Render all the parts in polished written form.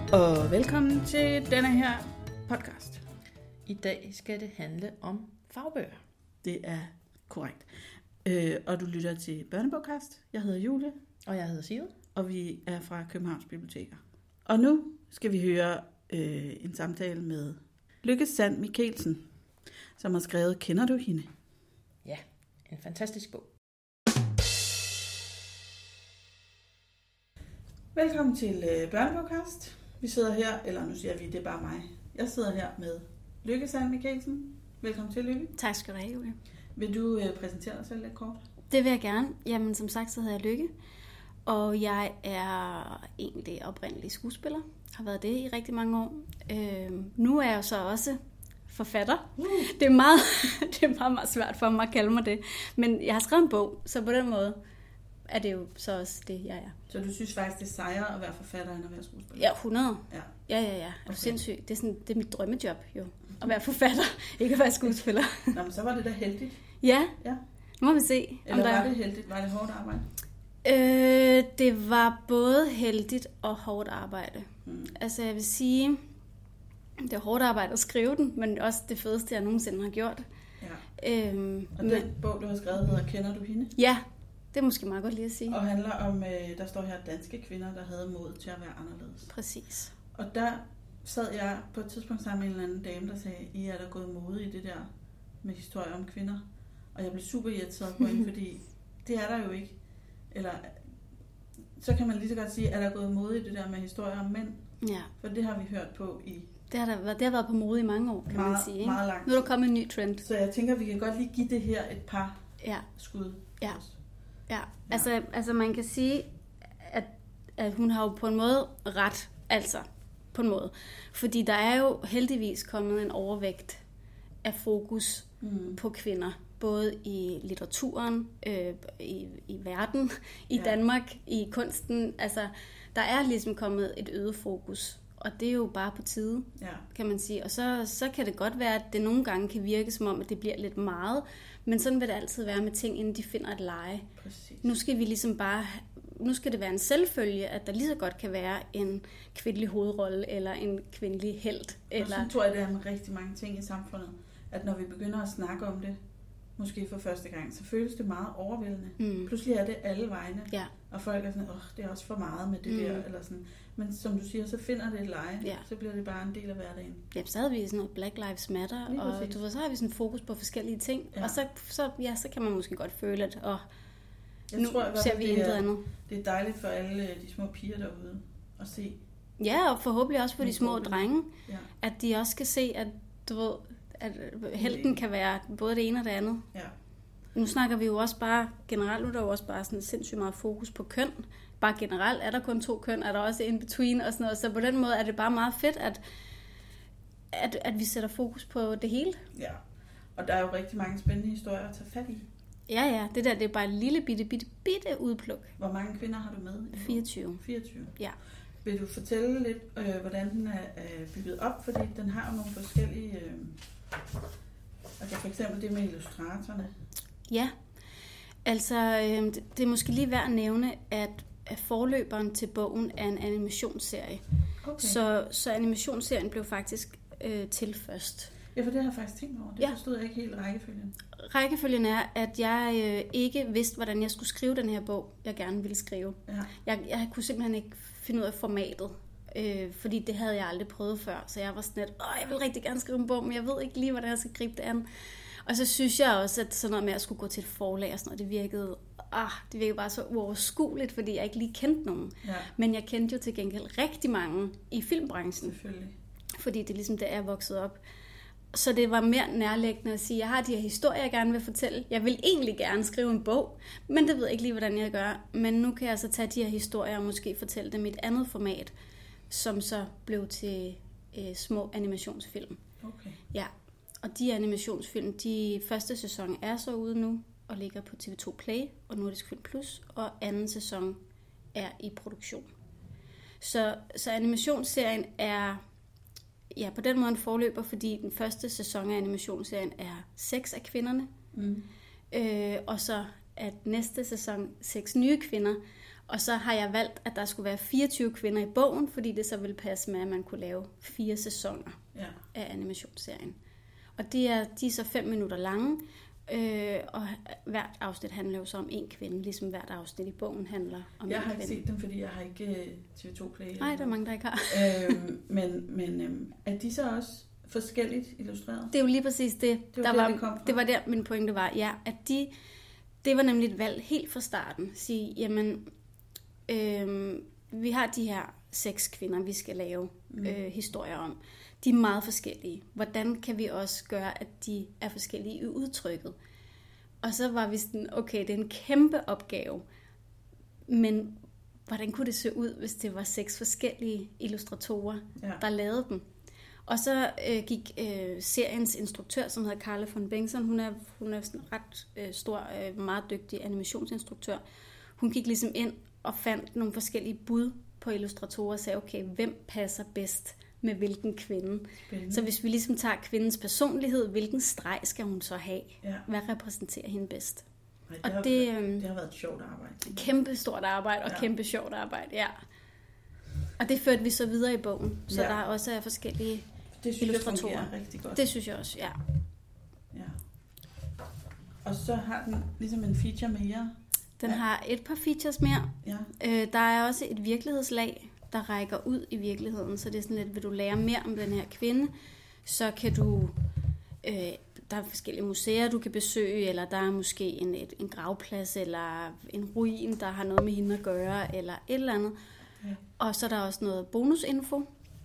Og velkommen til denne her podcast. I dag skal det handle om fagbøger. Det er korrekt. Og du lytter til Børnebogkast. Jeg hedder Julie. Og jeg hedder Sive. Og vi er fra Københavns Biblioteker. Og nu skal vi høre en samtale med Lykke Sand Mikkelsen, som har skrevet Kender du hende? Ja, en fantastisk bog. Velkommen til Børnebogkast. Vi sidder her, eller nu siger vi, det er bare mig. Jeg sidder her med Lykke Sand Mikkelsen. Velkommen til, Lykke. Tak skal du have, Julie. Vil du præsentere dig selv lidt kort? Det vil jeg gerne. Jamen, som sagt, så hedder jeg Lykke. Og jeg er egentlig oprindelig skuespiller. Har været det i rigtig mange år. Nu er jeg så også forfatter. Det er meget svært for mig at kalde mig det. Men jeg har skrevet en bog, så på den måde er det jo så også det, jeg er. Så du synes faktisk, det er sejere at være forfatter, end at være skuespiller? Ja, 100. Ja. Er du sindssygt? Det er mit drømmejob jo. At være forfatter, ikke at være skuespiller. Nå, men så var det da heldigt. Ja. Nu må vi se. Eller var det heldigt? Var det hårdt arbejde? Det var både heldigt og hårdt arbejde. Altså jeg vil sige, det er hårdt arbejde at skrive den, men også det fedeste, jeg nogensinde har gjort. Ja. Og den bog, du har skrevet, hedder Kender du hende? Ja, det er måske meget godt lige at sige. Og handler om, der står her, danske kvinder, der havde mod til at være anderledes. Præcis. Og der sad jeg på et tidspunkt sammen med en eller anden dame, der sagde, I er der gået mode i det der med historier om kvinder. Og jeg blev super irriteret på hende, fordi det er der jo ikke. Eller så kan man lige så godt sige, er der gået mode i det der med historier om mænd? Ja. For det har vi hørt på i... Det har været på mode i mange år, kan man sige. Meget langt. Nu er der kommet en ny trend. Så jeg tænker, vi kan godt lige give det her et par skud. Ja. Altså man kan sige, at hun har jo på en måde ret, altså på en måde. Fordi der er jo heldigvis kommet en overvægt af fokus på kvinder. Både i litteraturen, i verden, i Danmark, i kunsten. Altså, der er ligesom kommet et øget fokus. Og det er jo bare på tide, kan man sige. Og så kan det godt være, at det nogle gange kan virke som om, at det bliver lidt meget. Men sådan vil det altid være med ting, inden de finder et leje. Præcis. Nu skal det være en selvfølge, at der lige så godt kan være en kvindelig hovedrolle, eller en kvindelig helt. Og så tror jeg, det er med rigtig mange ting i samfundet, at når vi begynder at snakke om det, måske for første gang, så føles det meget overvældende. Pludselig er det alle vegne, og folk er sådan, det er også for meget med det der, eller sådan. Men som du siger, så finder det et leje, så bliver det bare en del af hverdagen. Ja, så havde vi sådan noget Black Lives Matter, og du ved, så har vi sådan fokus på forskellige ting, og så kan man måske godt føle, at nu ser vi intet andet. Det er dejligt for alle de små piger derude at se. Ja, og forhåbentlig også for de små drenge, at de også skal se, at du ved, at helten kan være både det ene og det andet. Ja. Nu snakker vi jo også bare generelt, nu er der jo også bare sådan sindssygt meget fokus på køn. Bare generelt er der kun 2 køn, er der også in between og sådan noget. Så på den måde er det bare meget fedt, at vi sætter fokus på det hele. Ja, og der er jo rigtig mange spændende historier at tage fat i. Ja, det er bare et lille bitte udpluk. Hvor mange kvinder har du med? 24. 24? Ja. Vil du fortælle lidt, hvordan den er bygget op? Fordi den har jo nogle forskellige... altså for eksempel det med illustratorerne. Ja, altså det er måske lige værd at nævne, at forløberen til bogen er en animationsserie. Okay. Så animationsserien blev faktisk til først. Ja, for det har jeg faktisk tænkt over. Det forstod jeg ikke helt rækkefølgen. Rækkefølgen er, at jeg ikke vidste, hvordan jeg skulle skrive den her bog, jeg gerne ville skrive. Ja. Jeg kunne simpelthen ikke finde ud af formatet, fordi det havde jeg aldrig prøvet før. Så jeg var sådan lidt, jeg vil rigtig gerne skrive en bog, men jeg ved ikke lige, hvordan jeg skal gribe det an. Og så synes jeg også, at sådan noget med at skulle gå til et forlag og sådan noget, det virkede bare så uoverskueligt, fordi jeg ikke lige kendte nogen. Ja. Men jeg kendte jo til gengæld rigtig mange i filmbranchen. Selvfølgelig. Fordi det er ligesom det, jeg voksede op. Så det var mere nærliggende at sige, jeg har de her historier, jeg gerne vil fortælle. Jeg vil egentlig gerne skrive en bog, men det ved jeg ikke lige, hvordan jeg gør. Men nu kan jeg så tage de her historier og måske fortælle dem i et andet format, som så blev til små animationsfilm. Okay. Ja. Og de animationsfilm, de første sæson er så ude nu og ligger på TV2 Play og Nordisk Film Plus, og anden sæson er i produktion. Så animationsserien er på den måde en forløber, fordi den første sæson af animationsserien er 6 af kvinderne, og så at næste sæson 6 nye kvinder, Og så har jeg valgt, at der skulle være 24 kvinder i bogen, fordi det så ville passe med, at man kunne lave 4 sæsoner af animationsserien. Og de er så 5 minutter lange, og hvert afsnit handler jo så om en kvinde, ligesom hvert afsnit i bogen handler om en kvinde. Jeg har ikke set dem, fordi jeg har ikke TV2 Play. Nej, der er mange, der ikke har. Men er de så også forskelligt illustreret? Det er jo lige præcis det. Det var der, min pointe var, ja, at det var nemlig et valg helt fra starten. Sige, jamen, vi har de her 6 kvinder, vi skal lave historier om. De er meget forskellige. Hvordan kan vi også gøre, at de er forskellige i udtrykket? Og så var vi sådan, okay, det er en kæmpe opgave, men hvordan kunne det se ud, hvis det var 6 forskellige illustratorer, der lavede dem? Og så gik seriens instruktør, som hedder Carla von Bengtsson, hun er sådan ret stor, meget dygtig animationsinstruktør. Hun gik ligesom ind og fandt nogle forskellige bud på illustratorer og sagde, okay, hvem passer bedst med hvilken kvinde? Spændende. Så hvis vi ligesom tager kvindens personlighed, hvilken streg skal hun så have? Ja. Hvad repræsenterer hende bedst? Og det har været et sjovt arbejde. Kæmpe stort arbejde og kæmpe sjovt arbejde, ja. Og det førte vi så videre i bogen, så der også er forskellige illustratorer. Det fungerer rigtig godt. Det synes jeg også, ja. Og så har den ligesom en feature mere. Den har et par features mere. Ja. Der er også et virkelighedslag, der rækker ud i virkeligheden, så det er sådan lidt, vil du lære mere om den her kvinde, så kan du, der er forskellige museer, du kan besøge, eller der er måske en gravplads, eller en ruin, der har noget med hende at gøre, eller et eller andet. Okay. Og så er der også noget bonusinfo,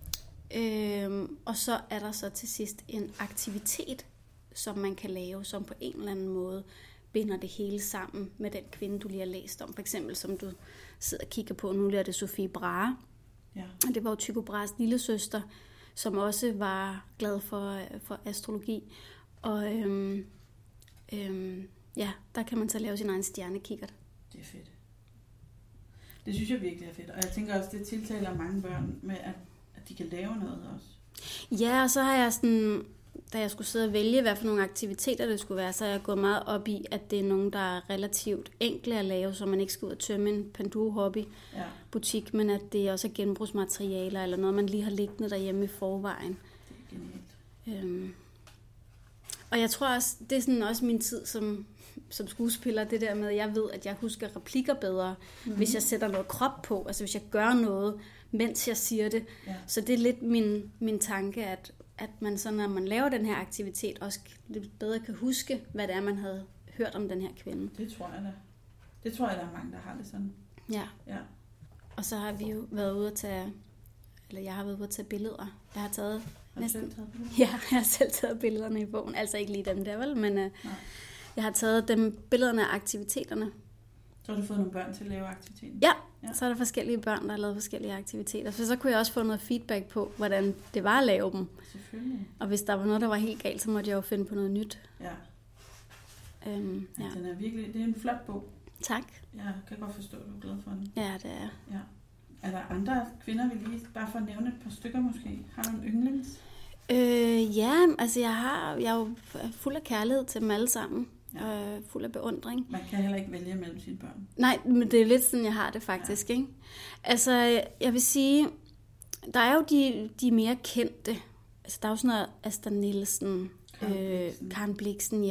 og så er der så til sidst en aktivitet, som man kan lave, som på en eller anden måde binder det hele sammen med den kvinde, du lige har læst om. For eksempel, som du sidder og kigger på, nu er det Sofie Brahe. Ja. Det var jo Tycho Brahes lillesøster, som også var glad for astrologi. Og der kan man så lave sin egen stjernekikkert. Det er fedt. Det synes jeg virkelig er fedt. Og jeg tænker også, det tiltaler mange børn med, at de kan lave noget også. Ja, og så har jeg sådan, da jeg skulle sidde og vælge, hvad for nogle aktiviteter det skulle være, så har jeg gået meget op i, at det er nogle, der er relativt enkle at lave, så man ikke skal ud og tømme en Panduro-hobby-butik, men at det også er genbrugsmaterialer, eller noget, man lige har liggende derhjemme i forvejen. Det er genialt. Og jeg tror også, det er sådan også min tid som skuespiller, det der med, at jeg ved, at jeg husker replikker bedre, hvis jeg sætter noget krop på, altså hvis jeg gør noget, mens jeg siger det. Ja. Så det er lidt min tanke, at man så, når man laver den her aktivitet, også lidt bedre kan huske, hvad det er, man havde hørt om den her kvinde. Det tror jeg da. Det tror jeg, der er mange, der har det sådan. Ja. Og så har vi jo været ude at tage, eller jeg har været ude at tage billeder. Jeg har taget næsten... Ja, jeg har selv taget billederne i bogen. Altså ikke lige dem der, vel? Men jeg har taget billederne af aktiviteterne. Så har du fået nogle børn til at lave aktiviteten? Ja, så er der forskellige børn, der har lavet forskellige aktiviteter. Så kunne jeg også få noget feedback på, hvordan det var at lave dem. Selvfølgelig. Og hvis der var noget, der var helt galt, så måtte jeg jo finde på noget nyt. Ja. Den er virkelig, det er en flot bog. Tak. Jeg kan godt forstå, at du er glad for den. Ja, det er. Ja. Er der andre kvinder, vi lige bare for at nævne et par stykker måske? Har du en yndlings? Ja, altså jeg er jo fuld af kærlighed til dem alle sammen. Fuld af beundring. Man kan heller ikke vælge mellem sine børn. Nej, men det er lidt sådan, jeg har det faktisk. Ikke? Altså, jeg vil sige, der er jo de mere kendte. Altså, der er jo sådan noget Asta Nielsen, Karen Blixen,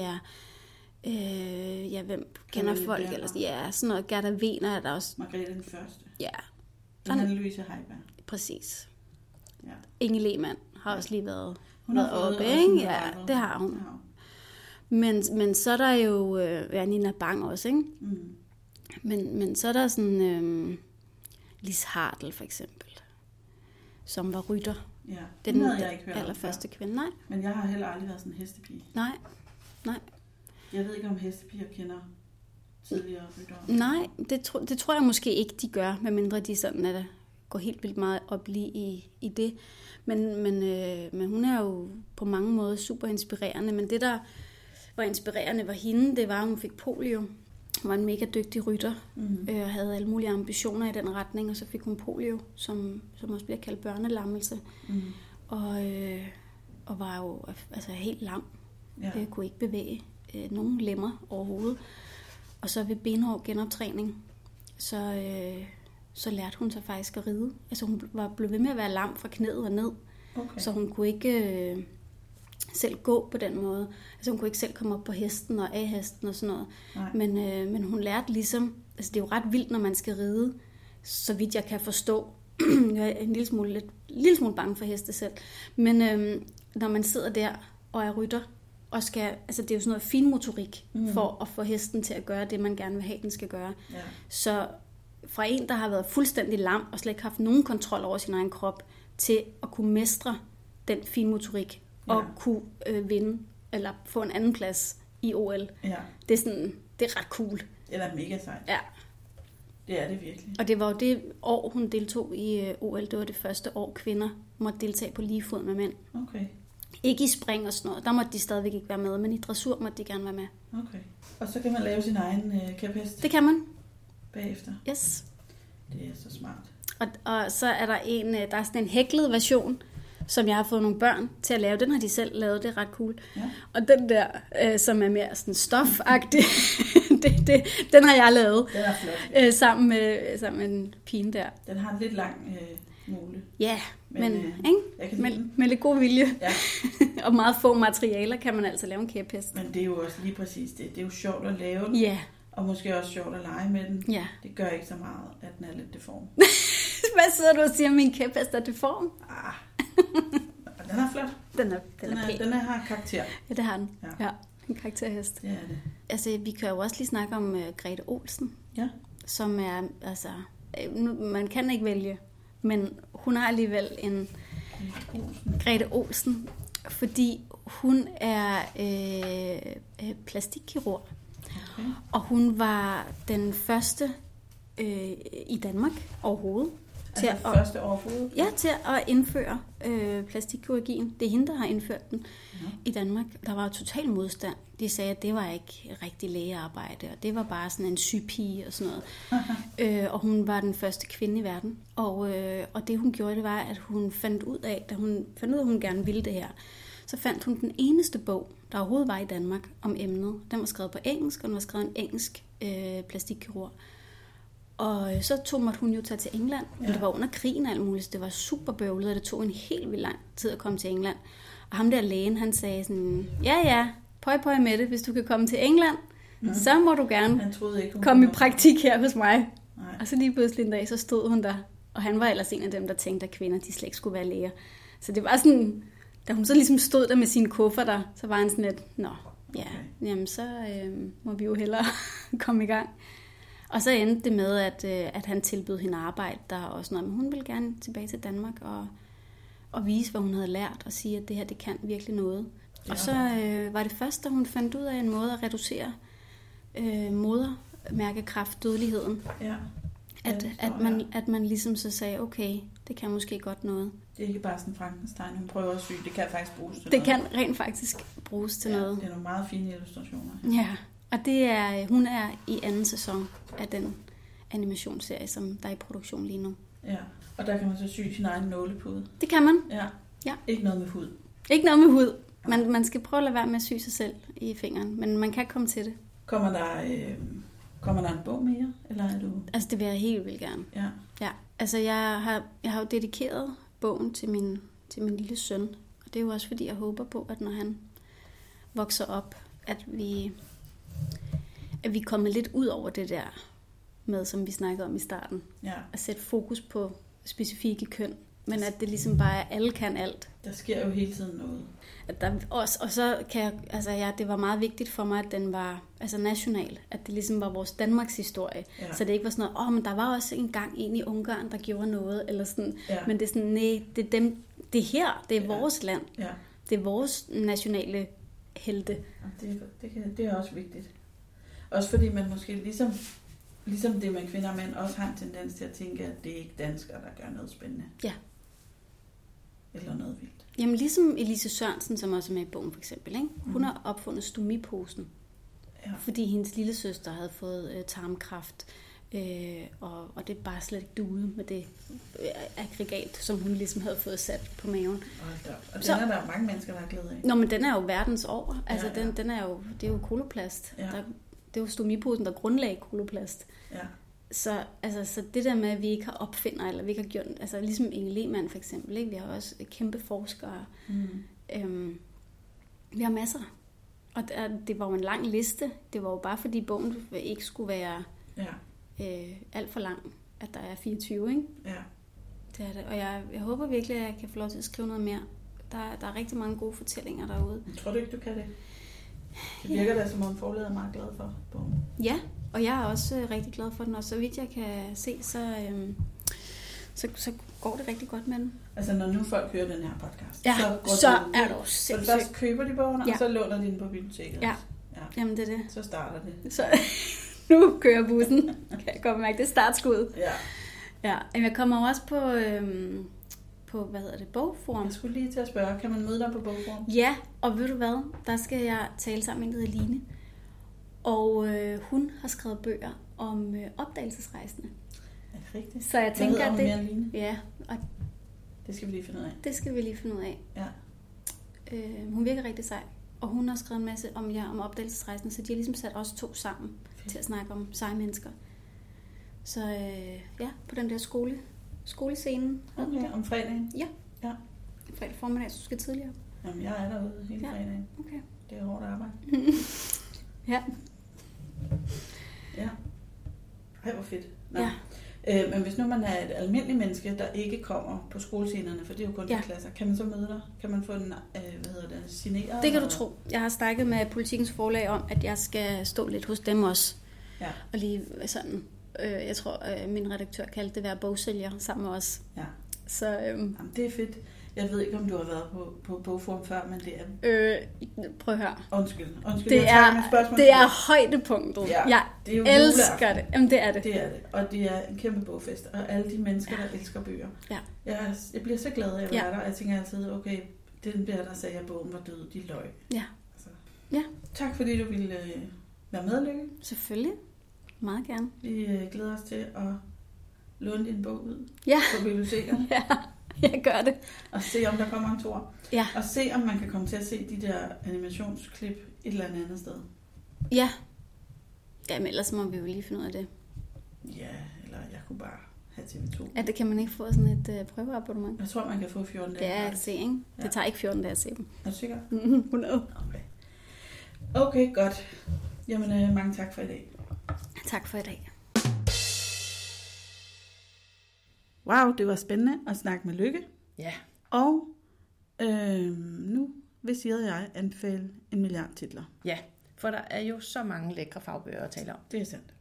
hvem kender folk? Eller, sådan noget Gerda Wehner er der også. Margrethe den Første. Ja. Louise Heiberg. Præcis. Ja. Inge Lehmann har også lige været oppe, ikke? Ja, det har hun. Men så er der jo Nina Bang også, ikke? Mm. Men så er der sådan Lis Hartl for eksempel, som var rytter. Ja, den havde jeg ikke hørt allerførste kvinde. Nej. Men jeg har heller aldrig været sådan en hestepige. Nej. Jeg ved ikke, om hestepiger kender tidligere ryttere. Nej, det tror jeg måske ikke, de gør, medmindre de sådan går helt vildt meget op lige i det. Men hun er jo på mange måder super inspirerende. Men det, der var inspirerende var hende, det var, at hun fik polio. Hun var en mega dygtig rytter, og havde alle mulige ambitioner i den retning, og så fik hun polio, som også bliver kaldt børnelammelse. Mm. Og var jo altså helt lam. Ja. Kunne ikke bevæge nogen lemmer overhovedet. Og så ved benhård genoptræning, så lærte hun sig faktisk at ride. Altså hun blev ved med at være lam fra knæet og ned. Okay. Så hun kunne ikke selv gå på den måde. Altså hun kunne ikke selv komme op på hesten og af hesten og sådan noget. Men hun lærte ligesom, altså det er jo ret vildt, når man skal ride, så vidt jeg kan forstå. Jeg er en lille smule bange for heste selv. Men når man sidder der og er rytter, og skal, altså det er jo sådan noget finmotorik for at få hesten til at gøre det, man gerne vil have, den skal gøre. Ja. Så fra en, der har været fuldstændig lam og slet ikke haft nogen kontrol over sin egen krop, til at kunne mestre den finmotorik og kunne vinde eller få en anden plads i OL. Ja. Det er ret cool. Det er da mega sejt. Ja. Det er det virkelig. Og det var jo det år, hun deltog i OL. Det var det første år, kvinder måtte deltage på lige fod med mænd. Okay. Ikke i spring og sådan noget. Der måtte de stadigvæk ikke være med, men i dressur måtte de gerne være med. Okay. Og så kan man lave sin egen kæphest? Det kan man. Bagefter? Yes. Det er så smart. Og så er der der er sådan en hæklet version, som jeg har fået nogle børn til at lave. Den har de selv lavet, det er ret cool. Ja. Og den der, som er mere sådan stofagtig, den har jeg lavet. Den er flot. Sammen med en pige der. Den har en lidt lang mole. Ja, med lidt god vilje. Ja. Og meget få materialer kan man altså lave en kæphest. Men det er jo også lige præcis det. Det er jo sjovt at lave den. Ja. Og måske også sjovt at lege med den. Ja. Det gør ikke så meget, at den er lidt deform. Hvad sidder du og siger, at min kæphest er deform? Den er flot. Den er pæn. Den har karakter. Ja, det har den. Ja, en karakterhest. Det er det. Altså, vi kan jo også lige snakke om Grete Olsen. Ja. Som er, altså, man kan ikke vælge, men hun har alligevel en Grete Olsen, fordi hun er plastikkirurg. Okay. Og hun var den første i Danmark overhovedet. Til at indføre plastikkirurgien. Det er hende, der har indført den i Danmark. Der var total modstand. De sagde, at det var ikke rigtig lægearbejde, og det var bare sådan en sygepige og sådan noget. Og hun var den første kvinde i verden. Og det hun gjorde, det var, at hun fandt ud af, at hun gerne ville det her, så fandt hun den eneste bog, der overhovedet var i Danmark om emnet. Den var skrevet på engelsk, og den var skrevet en engelsk plastikkirurg. Og så måtte hun jo tage til England. Ja. Det var under krigen og alt muligt, så det var super bøvlet, og det tog en helt vildt lang tid at komme til England. Og ham der lægen, han sagde sådan, ja, pøj med det, hvis du kan komme til England, så må du gerne komme i praktik her hos mig. Nej. Og så lige pludselig en dag, så stod hun der, og han var ellers en af dem, der tænkte, at kvinder, de slet ikke skulle være læger. Så det var sådan, da hun så ligesom stod der med sine kufferter, så var han sådan lidt, jamen så må vi jo hellere komme i gang. Og så endte det med, at han tilbød hende arbejde der og sådan noget. Men hun ville gerne tilbage til Danmark og vise, hvad hun havde lært, og sige, at det her, det kan virkelig noget. Ja. Og så var det først, da hun fandt ud af en måde at reducere modermærkekræftdødeligheden. Ja. At man ligesom så sagde, okay, det kan måske godt noget. Det er ikke bare sådan Frankenstein, hun prøver at sy. Det kan faktisk bruges til noget. Det kan rent faktisk bruges til noget. Det er nogle meget fine illustrationer. Ja. Og hun er i anden sæson af den animationsserie, som der er i produktion lige nu. Ja, og der kan man så sy sin egen nålepude. Det kan man. Ja. Ikke noget med hud. Ikke noget med hud. Man skal prøve at lade være med at sy sig selv i fingeren, men man kan komme til det. Kommer der en bog mere, eller er du? Altså det vil jeg helt vildt gerne. Ja. Altså jeg har jo dedikeret bogen til min lille søn, og det er jo også fordi jeg håber på, at når han vokser op, at vi er kommet lidt ud over det der med, som vi snakkede om i starten. Ja. At sætte fokus på specifikke køn, men at det ligesom bare er, alle kan alt. Der sker jo hele tiden noget. At der også, og så kan jeg, det var meget vigtigt for mig, at den var national. At det ligesom var vores Danmarks historie. Ja. Så det ikke var sådan noget, men der var også engang en i Ungarn, der gjorde noget, eller sådan. Ja. Men det er sådan, nej, det er dem, det er her, det er vores land. Ja. Det er vores nationale helte. Det er også vigtigt. Også fordi man måske ligesom det med kvinder og mænd også har en tendens til at tænke, at det er ikke danskere, der gør noget spændende. Ja. Eller noget vildt. Jamen ligesom Elise Sørensen, som også er med i bogen for eksempel, ikke? Hun har opfundet stomiposen, fordi hendes lille søster havde fået tarmkræft, og det bare slet ikke duede med det aggregat, som hun ligesom havde fået sat på maven. Og den er der jo mange mennesker, der har glæde af. Nå, men den er jo verdens over. Altså den er jo, det er jo koloplast. Ja. Det er jo stomiposen, der grundlagde koloplast. Ja. Så det der med, at vi ikke har opfinder, eller vi ikke har gjort, altså ligesom Inge Lehmann for eksempel, ikke? Vi har også kæmpe forskere. Vi har masser. Og det var jo en lang liste. Det var jo bare fordi bogen ikke skulle være alt for lang, at der er 24, ikke? Ja. Det er det. Og jeg håber virkelig, at jeg kan få lov til at skrive noget mere. Der er rigtig mange gode fortællinger derude. Tror du ikke, du kan det? Det virker da, som om forlaget er meget glad for bogen. Ja, og jeg er også rigtig glad for den. Og så vidt jeg kan se, så går det rigtig godt med den. Altså, når nu folk hører den her podcast, så er det jo sindssygt. Så først køber de bogen, og så låner de den på biblioteket. Ja. Jamen, det er det. Så starter det. Så nu kører bussen. Kan jeg godt mærke, det er startskuddet. Ja. Men jeg kommer også på Bogforum. Jeg skulle lige til at spørge, kan man møde dig på Bogforum? Ja, og ved du hvad? Der skal jeg tale sammen med en, der hedder Line. Og hun har skrevet bøger om opdagelsesrejsende. Er det rigtigt? Så jeg tænker, at det... Line? Ja, og det skal vi lige finde ud af. Det skal vi lige finde ud af. Ja. Hun virker rigtig sej. Og hun har skrevet en masse om opdagelsesrejsende, så de har ligesom sat os to sammen til at snakke om seje mennesker. Så på den der skolescene. Okay, om fredagen? Ja. Fredag formiddag, så du skal tidligere. Jamen, jeg er derude hele fredagen. Okay. Det er hårdt arbejde. Ja. Ej, hvor fedt. Nå. Ja. Men hvis nu man er et almindeligt menneske, der ikke kommer på skolescenerne, for det er jo kun for klasser, kan man så møde dig? Kan man få den, signeret? Det kan du tro. Jeg har snakket med Politikens Forlag om, at jeg skal stå lidt hos dem også. Ja. Og lige sådan, jeg tror, min redaktør kaldte det være bogsælger sammen med os. Ja. Så, jamen, det er fedt. Jeg ved ikke, om du har været på Bogforum før, men det er... prøv at høre. Undskyld. Det er højdepunktet. Ja, jeg det er jo elsker det. Jamen, det er det. Det er det. Og det er en kæmpe bogfest. Og alle de mennesker, der elsker bøger. Ja. Jeg bliver så glad af at være der. Jeg tænker altid, okay, den der sagde, at bogen var død. De løg. Ja. Altså. Ja. Tak fordi du ville være med, Lykke. Selvfølgelig. Meget gerne. Vi glæder os til at låne din bog ud på bibliotekerne. Ja. Jeg gør det. Og se, om der kommer en toer. Ja. Og se, om man kan komme til at se de der animationsklip et eller andet sted. Ja. Jamen, ellers må vi jo lige finde ud af det. Ja, eller jeg kunne bare have TV2. Ja, det kan man ikke få sådan et prøveabonnement. Jeg tror, man kan få 14 dage. Det er at se, ikke? Ja. Det tager ikke 14 dage at se dem. Er du sikker? 100. Okay, godt. Jamen, mange tak for i dag. Tak for i dag. Wow, det var spændende at snakke med Lykke. Ja. Og nu vil jeg anbefale 1 milliard titler. Ja, for der er jo så mange lækre fagbøger at tale om. Det er sandt.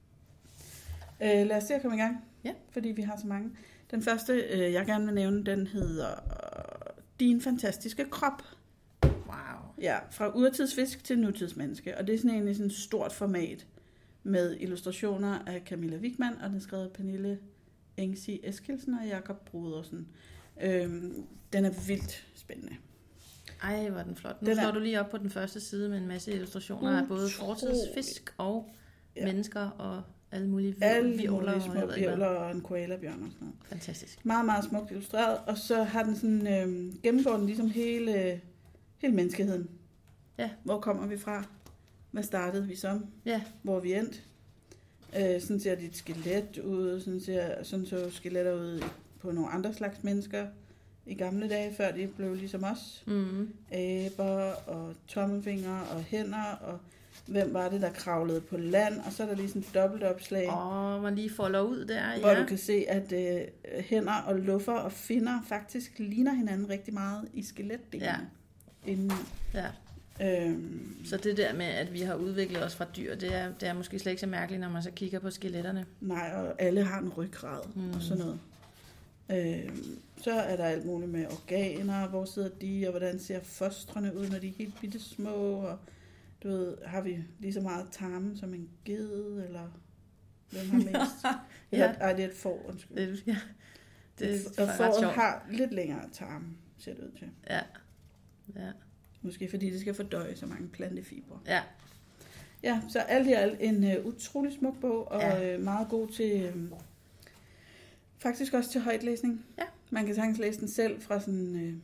Lad os se at komme i gang, ja. Fordi vi har så mange. Den første, jeg gerne vil nævne, den hedder Din fantastiske krop. Wow. Ja, fra urtidsfisk til nutidsmenneske. Og det er sådan egentlig sådan et stort format med illustrationer af Camilla Wigman, og den er skrevet af Pernille Engsi Eskildsen og Jakob Brodersen. Den er vildt spændende. Ej, hvor den flot. Nu slår du lige op på den første side med en masse illustrationer af både fortidsfisk og mennesker og alle mulige violer og en koalabjørn og sådan noget. Fantastisk. Meget, meget smukt illustreret. Og så har den sådan gennemgået den ligesom hele menneskeheden. Ja. Hvor kommer vi fra? Hvad startede vi som? Ja. Hvor er vi endt? Sådan ser dit skelet ud. Sådan så skeletter ud på nogle andre slags mennesker i gamle dage, før de blev ligesom os. Mm. Aber og tommelfingre og hænder, og hvem var det, der kravlede på land, og så er der lige sådan et dobbeltopslag. Man lige folder ud der, hvor du kan se, at hænder og luffer og finner faktisk ligner hinanden rigtig meget i skeletdelene. Ja. Så det der med, at vi har udviklet os fra dyr, det er måske slet ikke så mærkeligt, når man så kigger på skeletterne. Nej, og alle har en ryggrad og sådan noget. Så er der alt muligt med organer, hvor sidder de, og hvordan ser fostrene ud, når de er helt bitte små, og du ved, har vi lige så meget tarme som en ged, eller hvem har mest? Ej, det er et får, undskyld. Ja. Og fåret har lidt længere tarme, ser det ud til. Ja. Måske fordi det skal fordøje så mange plantefibre. Ja. Ja, så alt i alt en utrolig smuk bog, og meget god til, faktisk også til højtlæsning. Ja. Man kan sagtens læse den selv fra sådan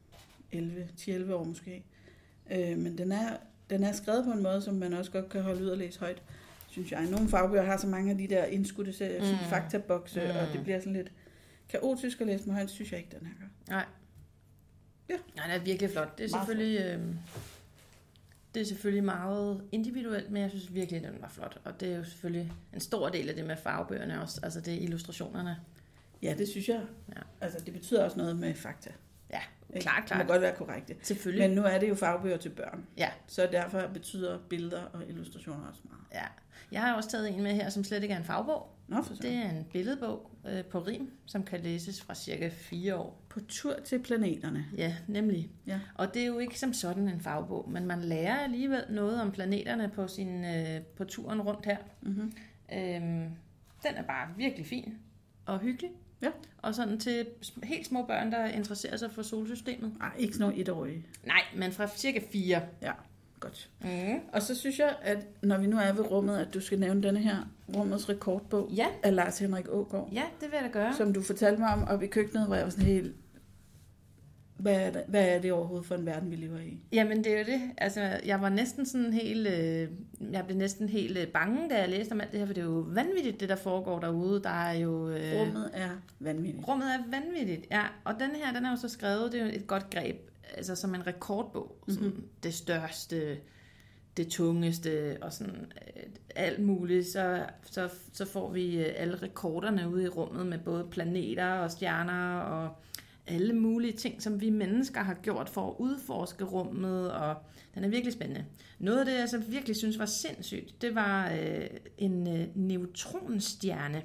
10-11 år måske. Men den er skrevet på en måde, som man også godt kan holde ud og læse højt. synes jeg. Nogle fagbøger har så mange af de der indskudte faktabokse, og det bliver sådan lidt kaotisk at læse med højt, synes jeg ikke, den her gør. Nej. Ja. Nej, det er virkelig flot. Det er selvfølgelig... Det er selvfølgelig meget individuelt, men jeg synes virkelig, at den var flot. Og det er jo selvfølgelig en stor del af det med farvebøgerne også. Altså det er illustrationerne. Ja, det synes jeg. Ja. Altså det betyder også noget med fakta. Ja, klart. Det må godt være korrekt. Selvfølgelig. Men nu er det jo fagbøger til børn. Ja. Så derfor betyder billeder og illustrationer også meget. Ja. Jeg har også taget en med her, som slet ikke er en fagbog. Nå, for så. Det er en billedbog på rim, som kan læses fra cirka 4 år. På tur til planeterne. Ja, nemlig. Ja. Og det er jo ikke som sådan en fagbog, men man lærer alligevel noget om planeterne på turen rundt her. Mm-hmm. Den er bare virkelig fin og hyggelig. Ja. Og sådan til helt små børn, der interesserer sig for solsystemet. Nej, ikke sådan nogle 1-årige. Nej, men fra cirka 4. Ja, godt. Og så synes jeg, at når vi nu er ved rummet, at du skal nævne denne her rummets rekordbog af Lars Henrik Aagaard. Ja, det vil jeg da gøre. Som du fortalte mig om oppe i køkkenet, hvor jeg var sådan helt... Hvad er det overhovedet for en verden, vi lever i? Jamen, det er jo det. Altså, jeg var næsten sådan helt... jeg blev næsten helt bange, da jeg læste om alt det her, for det er jo vanvittigt, det der foregår derude. Der er jo... rummet er vanvittigt. Rummet er vanvittigt, ja. Og den her, den er jo så skrevet, det er jo et godt greb, altså som en rekordbog. Sådan det største, det tungeste og sådan alt muligt. Så får vi alle rekorderne ude i rummet med både planeter og stjerner og alle mulige ting, som vi mennesker har gjort for at udforske rummet, og den er virkelig spændende. Noget af det, jeg så virkelig synes var sindssygt, det var en neutronstjerne,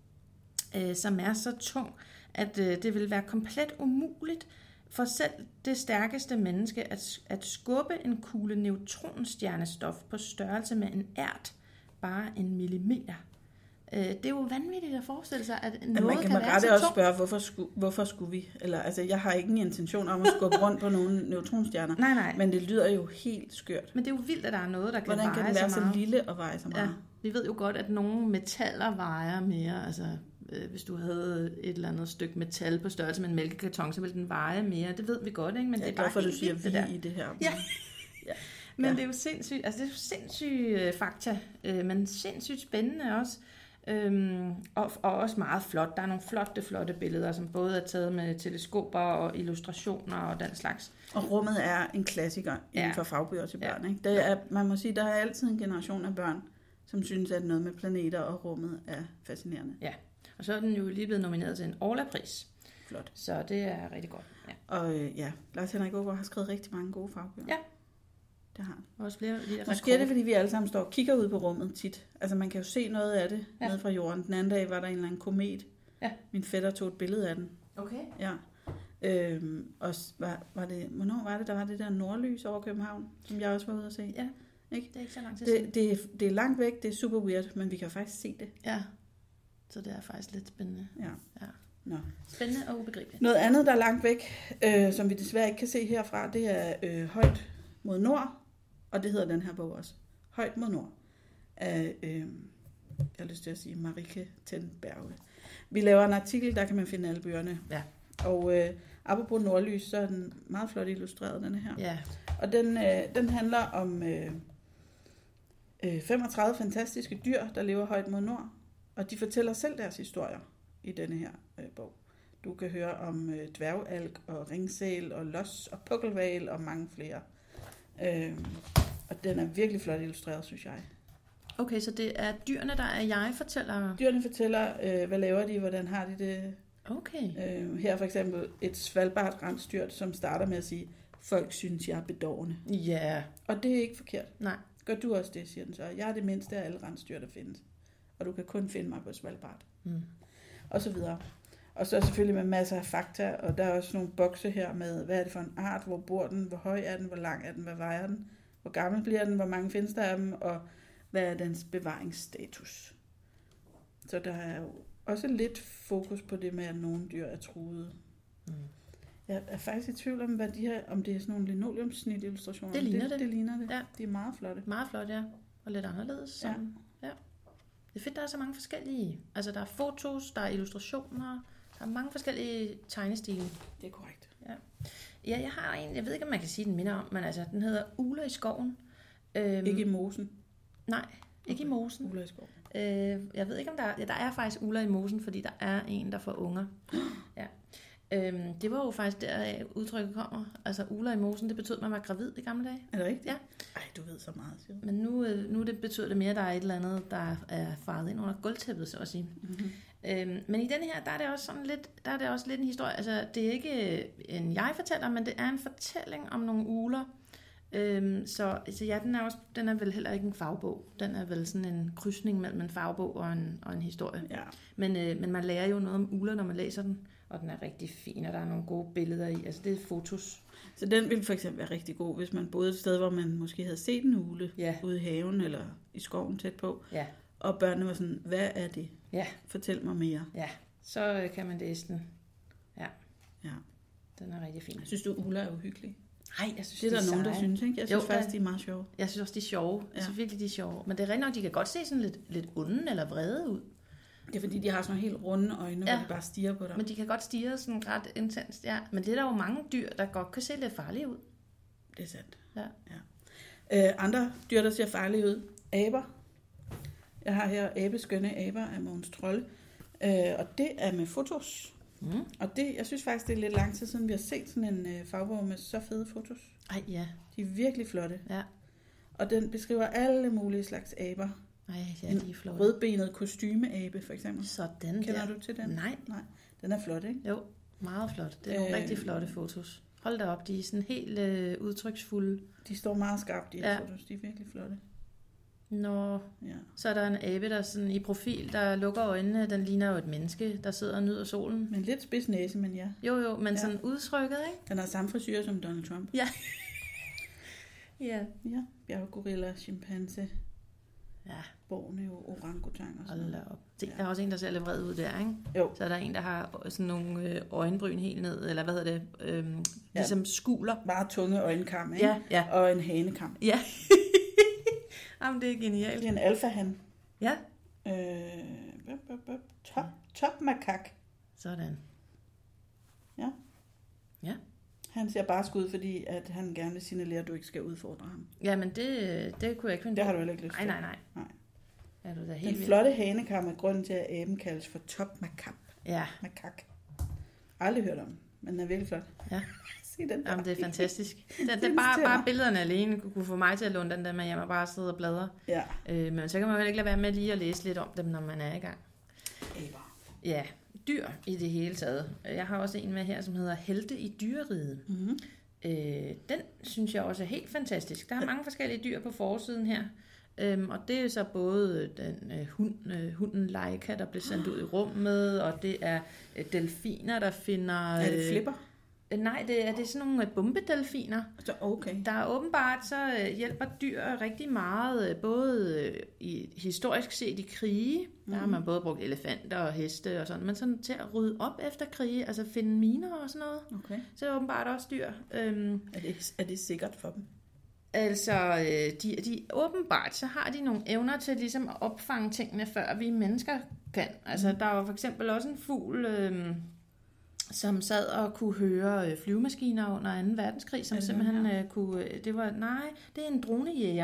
som er så tung, at det vil være komplet umuligt for selv det stærkeste menneske at skubbe en kugle neutronstjernestof på størrelse med en ært, bare en millimeter. Det er jo vanvittigt at forestille sig, at noget kan være så ret også spørge, hvorfor skulle vi? Eller, altså, jeg har ingen intention om at skubbe rundt på nogle neutronstjerner. Nej. Men det lyder jo helt skørt. Men det er jo vildt, at der er noget, der kan veje så meget. Hvordan kan den være så lille og veje så meget? Ja, vi ved jo godt, at nogle metaller vejer mere. Altså, hvis du havde et eller andet stykke metal på størrelse med en mælkekarton, så ville den veje mere. Det ved vi godt, ikke? Men det er bare derfor, du siger vi i det her. Ja. Men det er jo sindssygt. Altså, det er jo sindssygt fakta, men sindssygt spændende også. Og også meget flot. Der er nogle flotte billeder, som både er taget med teleskoper og illustrationer og den slags. Og rummet er en klassiker inden for fagbøger til børn. Ikke? Det er, man må sige, der er altid en generation af børn, som synes, at noget med planeter og rummet er fascinerende. Ja, og så er den jo lige blevet nomineret til en Orla-pris. Flot. Så det er rigtig godt. Ja. Og Lars Henrik Aagaard har skrevet rigtig mange gode fagbøger. Ja. Det har han. Også flere måske er det, fordi vi alle sammen står og kigger ud på rummet tit. Altså man kan jo se noget af det nede fra jorden. Den anden dag var der en eller anden komet. Ja. Min fætter tog et billede af den. Okay. Ja. Og hvornår var det, der var det der nordlys over København, som jeg også var ude at se? Ja, ikke? Det er ikke så lang tid siden. Det er langt væk, det er super weird, men vi kan faktisk se det. Ja, så det er faktisk lidt spændende. Ja. Nå. Spændende og ubegribeligt. Noget andet, der er langt væk, som vi desværre ikke kan se herfra, det er højt mod nord, og det hedder den her bog også. Højt mod nord. Af, jeg har lyst til at sige, Marike Tenberge. Vi laver en artikel, der kan man finde alle bøgerne. Ja. Og apropos nordlys, så er den meget flot illustreret, denne her. Ja. Og den handler om 35 fantastiske dyr, der lever højt mod nord. Og de fortæller selv deres historier i denne her bog. Du kan høre om dværgalg og ringsæl og los og pukkelval og mange flere. Og den er virkelig flot illustreret, synes jeg. Okay, så det er dyrene, der er jeg-fortællere? Dyrene fortæller, hvad laver de, hvordan har de det. Okay. Her for eksempel et Svalbard-rensdyr, som starter med at sige, folk synes, jeg er bedårende. Ja. Yeah. Og det er ikke forkert. Nej. Gør du også det, siger den så. Jeg er det mindste af alle rensdyr, der findes. Og du kan kun finde mig på Svalbard. Og så videre. Og så selvfølgelig med masser af fakta, og der er også nogle bokse her med, hvad er det for en art, hvor bor den, hvor høj er den, hvor lang er den, hvad vejer den, hvor gammel bliver den, hvor mange findes der af dem, og hvad er dens bevaringsstatus. Så der er jo også lidt fokus på det med, at nogle dyr er truede. Jeg er faktisk i tvivl om, om det er sådan nogle linoleumsnit-illustrationer. Det ligner det. Det ligner det. Ja. De er meget flotte. Meget flotte, ja. Og lidt anderledes. Ja. Det er fedt, der er så mange forskellige. Altså, der er fotos, der er illustrationer, der er mange forskellige tegnestile. Det er korrekt. Ja, jeg har en, jeg ved ikke, om man kan sige den minder om, men altså, den hedder Ugler i skoven. Ikke i mosen? Nej, Ikke i mosen. Ugler i skov. Jeg ved ikke, om der er faktisk ugler i mosen, fordi der er en, der får unger. Ja. Det var jo faktisk der udtrykket kommer. Altså ugler i mosen, det betød, at man var gravid i gamle dage. Er det rigtigt? Ja. Ej, du ved så meget, siger du. Men nu det betyder det mere, at der er et eller andet, der er faret ind under gulvtæppet, så at sige. Mm-hmm. Men i den her, der er det også sådan lidt, der er det også lidt en historie. Altså, det er ikke en jeg-fortæller, men det er en fortælling om nogle ugler. Så ja, den er vel heller ikke en fagbog. Den er vel sådan en krydsning mellem en fagbog og en historie. Ja. Men man lærer jo noget om ugler, når man læser den. Og den er rigtig fin, og der er nogle gode billeder i. Altså, det er fotos. Så den ville for eksempel være rigtig god, hvis man boede et sted, hvor man måske havde set en ugle ude i haven eller i skoven tæt på. Ja. Og børnene var sådan, hvad er det? Ja. Fortæl mig mere. Ja, så kan man læse den. Ja. Ja. Den er rigtig fin. Synes du, ugler er uhyggelige? Nej, jeg synes, det er der nogen, der synes, ikke? Jeg synes faktisk, de er meget sjove. Jeg synes også, de er sjove. Jeg synes virkelig, de er sjove. Men det er rigtig nok, de kan godt se sådan lidt onde eller vrede ud. Det er fordi, de har sådan nogle helt runde øjne, hvor de bare stiger på dig. Men de kan godt stirre sådan ret intenst, ja. Men det er der jo mange dyr, der godt kan se lidt farlige ud. Det er sandt. Ja. Andre dyr, der ser farlige ud. Aber. Jeg har her Abeskønne aber af Mogens Trolle. Og det er med fotos. Mm. Og det, jeg synes faktisk, det er lidt lang tid siden, vi har set sådan en fagbog med så fede fotos. Ej, ja. De er virkelig flotte. Ja. Og den beskriver alle mulige slags aber. Ej, ja, de er flotte. Rødbenet kostymeabe, for eksempel. Sådan Kender du til den? Nej. Den er flot, ikke? Jo, meget flot. Det er nogle rigtig flotte fotos. Hold da op, de er sådan helt udtryksfulde. De står meget skarpt, de her fotos. De er virkelig flotte. Nå, så er der en abe, der sådan i profil, der lukker øjnene. Den ligner jo et menneske, der sidder og nyder solen. Men lidt spids næse, men ja. Jo, men sådan udtrykket, ikke? Den har samme frisyr som Donald Trump. Ja. Ja. Bjerggorilla, chimpanse. Ja. Borneo, orangutang og sådan noget. Der er også en, der ser lidt vred ud der, ikke? Jo. Så er der en, der har sådan nogle øjenbryn helt ned, eller hvad hedder det? Ligesom skuler. Meget tunge øjenkam, ikke? Ja. Og en hanekam. Ja. Jamen, det er genialt. Det er en alfahan. Ja. Top makak. Sådan. Ja. Ja. Han ser bare skud, fordi at han gerne vil signalere, at du ikke skal udfordre ham. Ja, men det kunne jeg ikke finde. Det har du heller ikke lyst til. Nej. Ja, du er helt den flotte hanekam er grunden til, at aben kaldes for top makak. Ja. Makak. Aldrig hørt om, men den er virkelig flot. Ja. Se den der. Jamen, det er fantastisk. Det er bare billederne alene kunne få mig til at låne den der med, at jeg må bare sidde og bladre. Ja. Men så kan man jo ikke lade være med lige at læse lidt om dem, når man er i gang. Aber. Ja, dyr i det hele taget. Jeg har også en med her, som hedder Helte i dyreriget. Mm-hmm. Den synes jeg også er helt fantastisk. Der er mange forskellige dyr på forsiden her. Og det er så både den hunden Leica, der blev sendt ud i rummet, og det er delfiner, der finder... Er det flipper? Nej, det er sådan nogle bombedelfiner. Så okay. Der er åbenbart, så hjælper dyr rigtig meget, både historisk set i krige. Der har man både brugt elefanter og heste og sådan, men sådan til at rydde op efter krige, altså finde miner og sådan noget. Okay. Så det er åbenbart også dyr. Er det sikkert for dem? Altså, de åbenbart, så har de nogle evner til ligesom at opfange tingene, før vi mennesker kan. Altså, der var for eksempel også en fugl... som sad og kunne høre flyvemaskiner under 2. verdenskrig, som simpelthen kunne... Det er en dronejæger.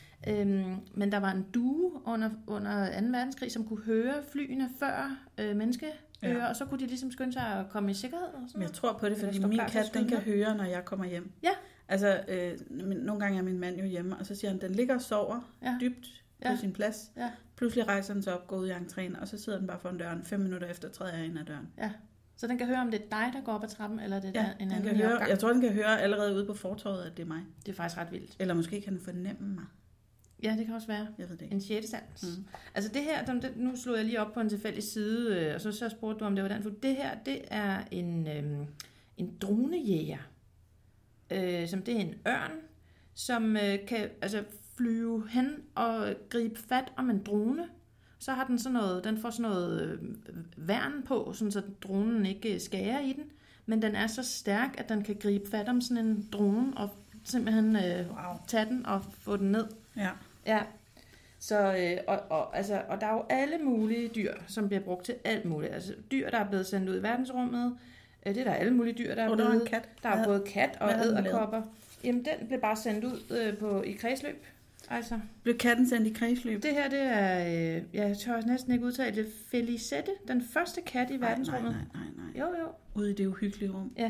Men der var en due under 2. verdenskrig, som kunne høre flyene før menneskeører, og så kunne de ligesom skynde sig at komme i sikkerhed. Og sådan jeg tror på det, fordi min kat, den kan høre, når jeg kommer hjem. Ja. Altså, nogle gange er min mand jo hjemme, og så siger han, den ligger og sover dybt på sin plads. Ja. Pludselig rejser den sig op, går ud i entréen, og så sidder den bare foran døren. 5 minutter efter træder jeg ind ad døren. Ja. Så den kan høre, om det er dig, der går op ad trappen, eller det er en anden kan høre, jeg tror, den kan høre allerede ude på fortovet, at det er mig. Det er faktisk ret vildt. Eller måske kan den fornemme mig. Ja, det kan også være. Jeg ved det ikke. En 6. sans. Altså det her, nu slog jeg lige op på en tilfældig side, og så spurgte du, om det var den. Det her, det er en dronejæger. Som det er en ørn, som kan flyve hen og gribe fat om en drone. Så har den den får sådan noget værn på, sådan så dronen ikke skærer i den. Men den er så stærk, at den kan gribe fat om sådan en drone og simpelthen tage den og få den ned. Ja. Ja. Så, og der er jo alle mulige dyr, som bliver brugt til alt muligt. Altså dyr, der er blevet sendt ud i verdensrummet. Det er der alle mulige dyr, der er blevet. Kat. Der er både kat og edderkopper. Jamen, den blev bare sendt ud i kredsløb. Altså. Blev katten sendt i kredsløb? Det her, det er, jeg tør næsten ikke udtale det, Felicette, den første kat i verdensrummet. Nej. Jo. Ude i det uhyggelige rum. Ja.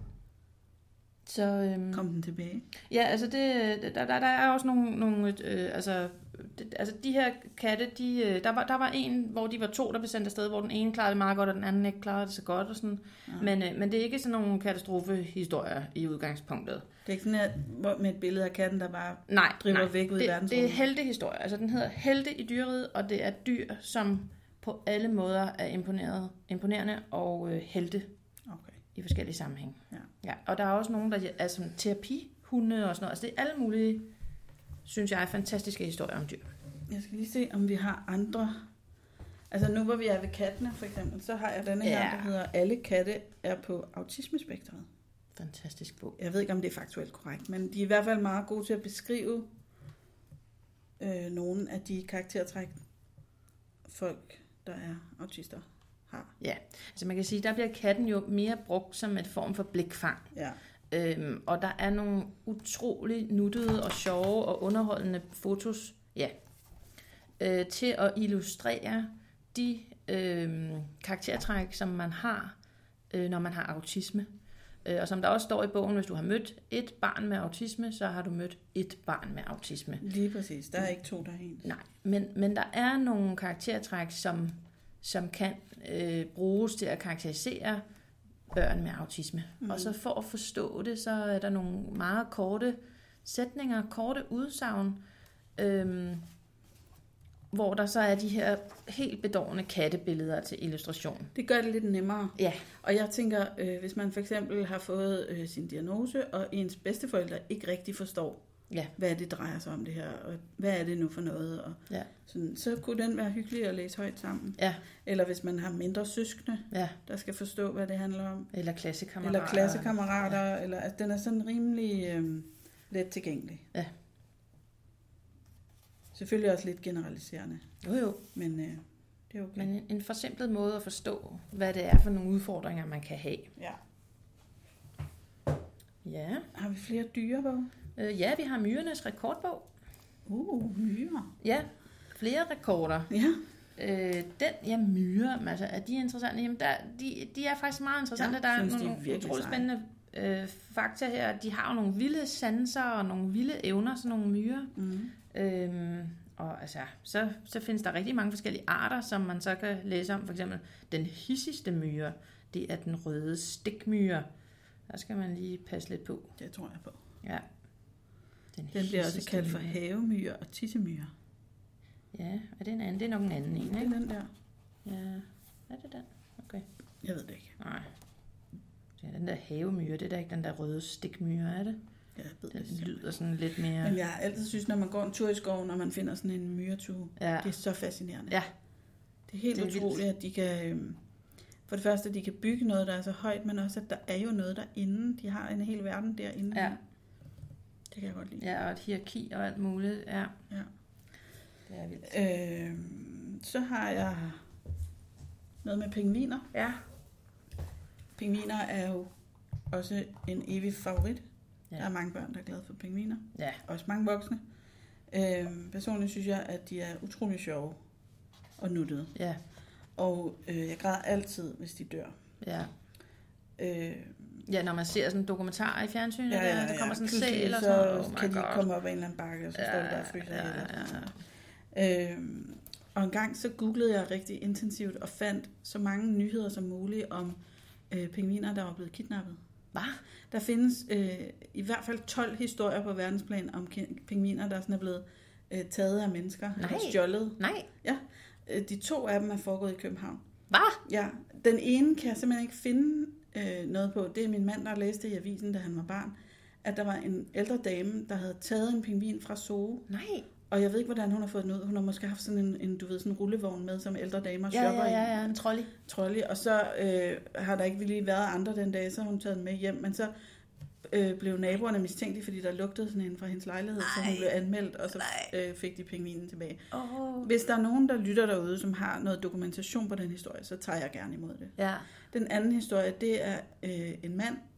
Så, kom den tilbage? Ja, altså der er også nogle altså de her katte, der var en, hvor de var 2, der blev sendt afsted, hvor den ene klarede det meget godt, og den anden ikke klarede det så godt, og sådan. Ja. Men det er ikke sådan nogle katastrofehistorier i udgangspunktet. Det er ikke sådan med et billede af katten, der bare driver væk ud i verdensrummet? Det er heltehistorier. Altså den hedder Helte i dyreriget, og det er dyr, som på alle måder er imponerende og helte i forskellige sammenhænge. Ja. Og der er også nogen, der er som terapihunde og sådan noget. Altså det er alle mulige, synes jeg, fantastiske historier om dyr. Jeg skal lige se, om vi har andre. Altså nu hvor vi er ved kattene for eksempel, så har jeg denne her, der hedder Alle katte er på autismespektret. Fantastisk bog. Jeg ved ikke, om det er faktuelt korrekt, men de er i hvert fald meget gode til at beskrive nogle af de karaktertræk, folk, der er autister, har. Ja, altså man kan sige, der bliver katten jo mere brugt som et form for blikfang. Ja. Og der er nogle utrolig nuttede og sjove og underholdende fotos, til at illustrere de karaktertræk, som man har, når man har autisme. Og som der også står i bogen, hvis du har mødt et barn med autisme, så har du mødt et barn med autisme. Lige præcis. Der er ikke 2, der er ens. Nej, men der er nogle karaktertræk, som kan bruges til at karakterisere børn med autisme. Og så for at forstå det, så er der nogle meget korte sætninger, korte udsagn, hvor der så er de her helt bedårende kattebilleder til illustration. Det gør det lidt nemmere. Ja. Og jeg tænker, hvis man for eksempel har fået sin diagnose, og ens bedsteforældre ikke rigtig forstår, hvad det drejer sig om det her, og hvad er det nu for noget, og sådan, så kunne den være hyggelig at læse højt sammen. Ja. Eller hvis man har mindre søskende, der skal forstå, hvad det handler om. Eller klassekammerater. Eller altså, den er sådan rimelig let tilgængelig. Ja. Selvfølgelig også lidt generaliserende. Jo. Men det er okay. Men en forsimplet måde at forstå, hvad det er for nogle udfordringer, man kan have. Ja. Har vi flere dyrebog? Ja, vi har myrernes rekordbog. Myrer. Ja, flere rekorder. Ja. Myrer, altså er de interessante? Jamen, de er faktisk meget interessante. Der er nogle utroligt spændende fakta her. De har jo nogle vilde sanser og nogle vilde evner, sådan nogle myrer. Og altså, så findes der rigtig mange forskellige arter, som man så kan læse om. For eksempel den hissigste myre, det er den røde stikmyre. Der skal man lige passe lidt på. Det tror jeg på. Ja. Den bliver også kaldt for havemyre og tissemyre. Ja, er det en anden? Det er nok en anden en, ikke? Det er den der. Ja, er det den? Okay. Jeg ved det ikke. Nej. Det er den der havemyre, det er da ikke den der røde stikmyre, er det? Ja, jeg ved den det. Lyder sådan lidt mere... Men jeg har altid synes, når man går en tur i skoven, og man finder sådan en myretue, det er så fascinerende. Ja. Det er helt utroligt, at de kan... For det første, at de kan bygge noget, der er så højt, men også, at der er jo noget derinde. De har en hel verden derinde. Ja. Det kan jeg godt lide. Ja, og et hierarki og alt muligt. Ja. Det er vildt. Så har jeg noget med pingviner. Ja. Pingviner er jo også en evig favorit. Ja. Der er mange børn, der er glade for pingviner. Ja. Også mange voksne. Personligt synes jeg, at de er utrolig sjove og nuttede. Ja. Og jeg græder altid, hvis de dør. Ja. Ja, når man ser sådan en dokumentar i fjernsynet, der kommer sådan en sæl og så kan de komme op ad en eller anden bakke, og så står de der og fryser. Og en gang så googlede jeg rigtig intensivt og fandt så mange nyheder som muligt om pingviner, der var blevet kidnappet. Hvad? Der findes i hvert fald 12 historier på verdensplan om pingviner, der sådan er blevet taget af mennesker og stjålet. Nej. Ja. De 2 af dem er foregået i København. Hvad? Ja. Den ene kan jeg simpelthen ikke finde noget på. Det er min mand, der læste i avisen, da han var barn, at der var en ældre dame, der havde taget en pingvin fra Zoo. Nej. Og jeg ved ikke, hvordan hun har fået den ud. Hun har måske haft sådan en du ved, sådan en rullevogn med, som ældre damer shopper i. Ja, en trolley. Og så har der ikke lige været andre den dag, så har hun taget den med hjem. Men så blev naboerne mistænkelige, fordi der lugtede sådan en fra hendes lejlighed, så hun blev anmeldt, og så fik de pingvinen tilbage. Hvis der er nogen, der lytter derude, som har noget dokumentation på den historie, så tager jeg gerne imod det. Ja. Den anden historie, det er en mand,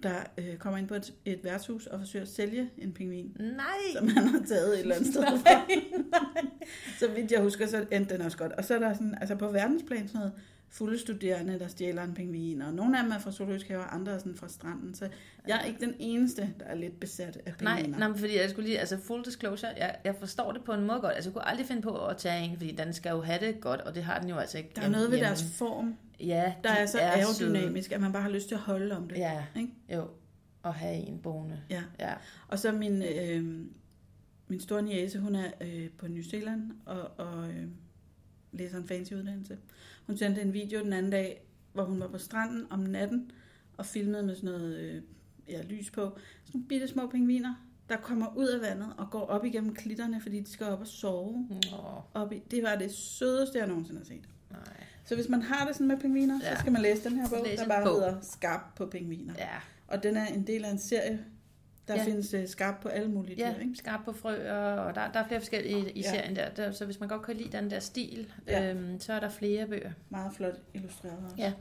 der kommer ind på et værtshus og forsøger at sælge en pingvin. Nej! Som han har taget et eller andet sted fra. Så vidt jeg husker, så endte den også godt. Og så er der sådan, altså på verdensplan sådan noget fulde studerende, der stjæler en pingvin, og nogle af dem er fra zoologisk have, og andre er sådan fra stranden. Så jeg er ikke den eneste, der er lidt besat af pingviner. Nej, fordi jeg skulle lige, altså full disclosure, jeg forstår det på en måde godt. Altså jeg kunne aldrig finde på at tage en, fordi den skal jo have det godt, og det har den jo altså ikke. Der er noget ved deres form, der er så aerodynamisk, at man bare har lyst til at holde om det. Ja, ikke? Jo, og have en boende. Ja. Og så min store niece, hun er på New Zealand, og læser en fancy uddannelse. Hun sendte en video den anden dag, hvor hun var på stranden om natten, og filmede med sådan noget lys på. Sådan nogle bitte små pingviner, der kommer ud af vandet og går op igennem klitterne, fordi de skal op og sove. Det var det sødeste, jeg nogensinde har set. Nej. Så hvis man har det sådan med pingviner, så skal man læse den her bog, der bare hedder Skarp på pingviner. Ja. Og den er en del af en serie. Der findes skarp på alle mulige dyr, ikke? Skarp på frøer, og der er flere forskellige i serien der. Så hvis man godt kan lide den der stil, så er der flere bøger. Meget flot illustreret også. Ja.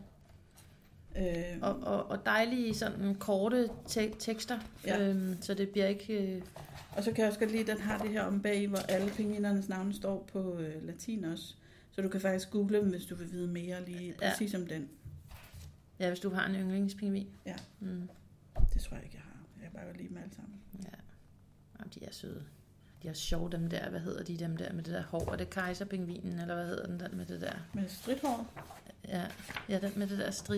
Og dejlige sådan korte tekster, så det bliver ikke... Og så kan jeg også godt lide, at den har det her om bag, hvor alle pingvinernes navne står på latin også. Så du kan faktisk google dem, hvis du vil vide mere lige præcis om den. Ja, hvis du har en yndlingspingvin. Ja, det tror jeg ikke, jeg har. Jeg kan bare godt lide dem alle sammen. Ja, og de er søde. De er sjove, dem der. Hvad hedder de, dem der med det der hår? Er det kejserpingvinen, eller hvad hedder den med det der? Med stridthår? Ja, den med det der strid.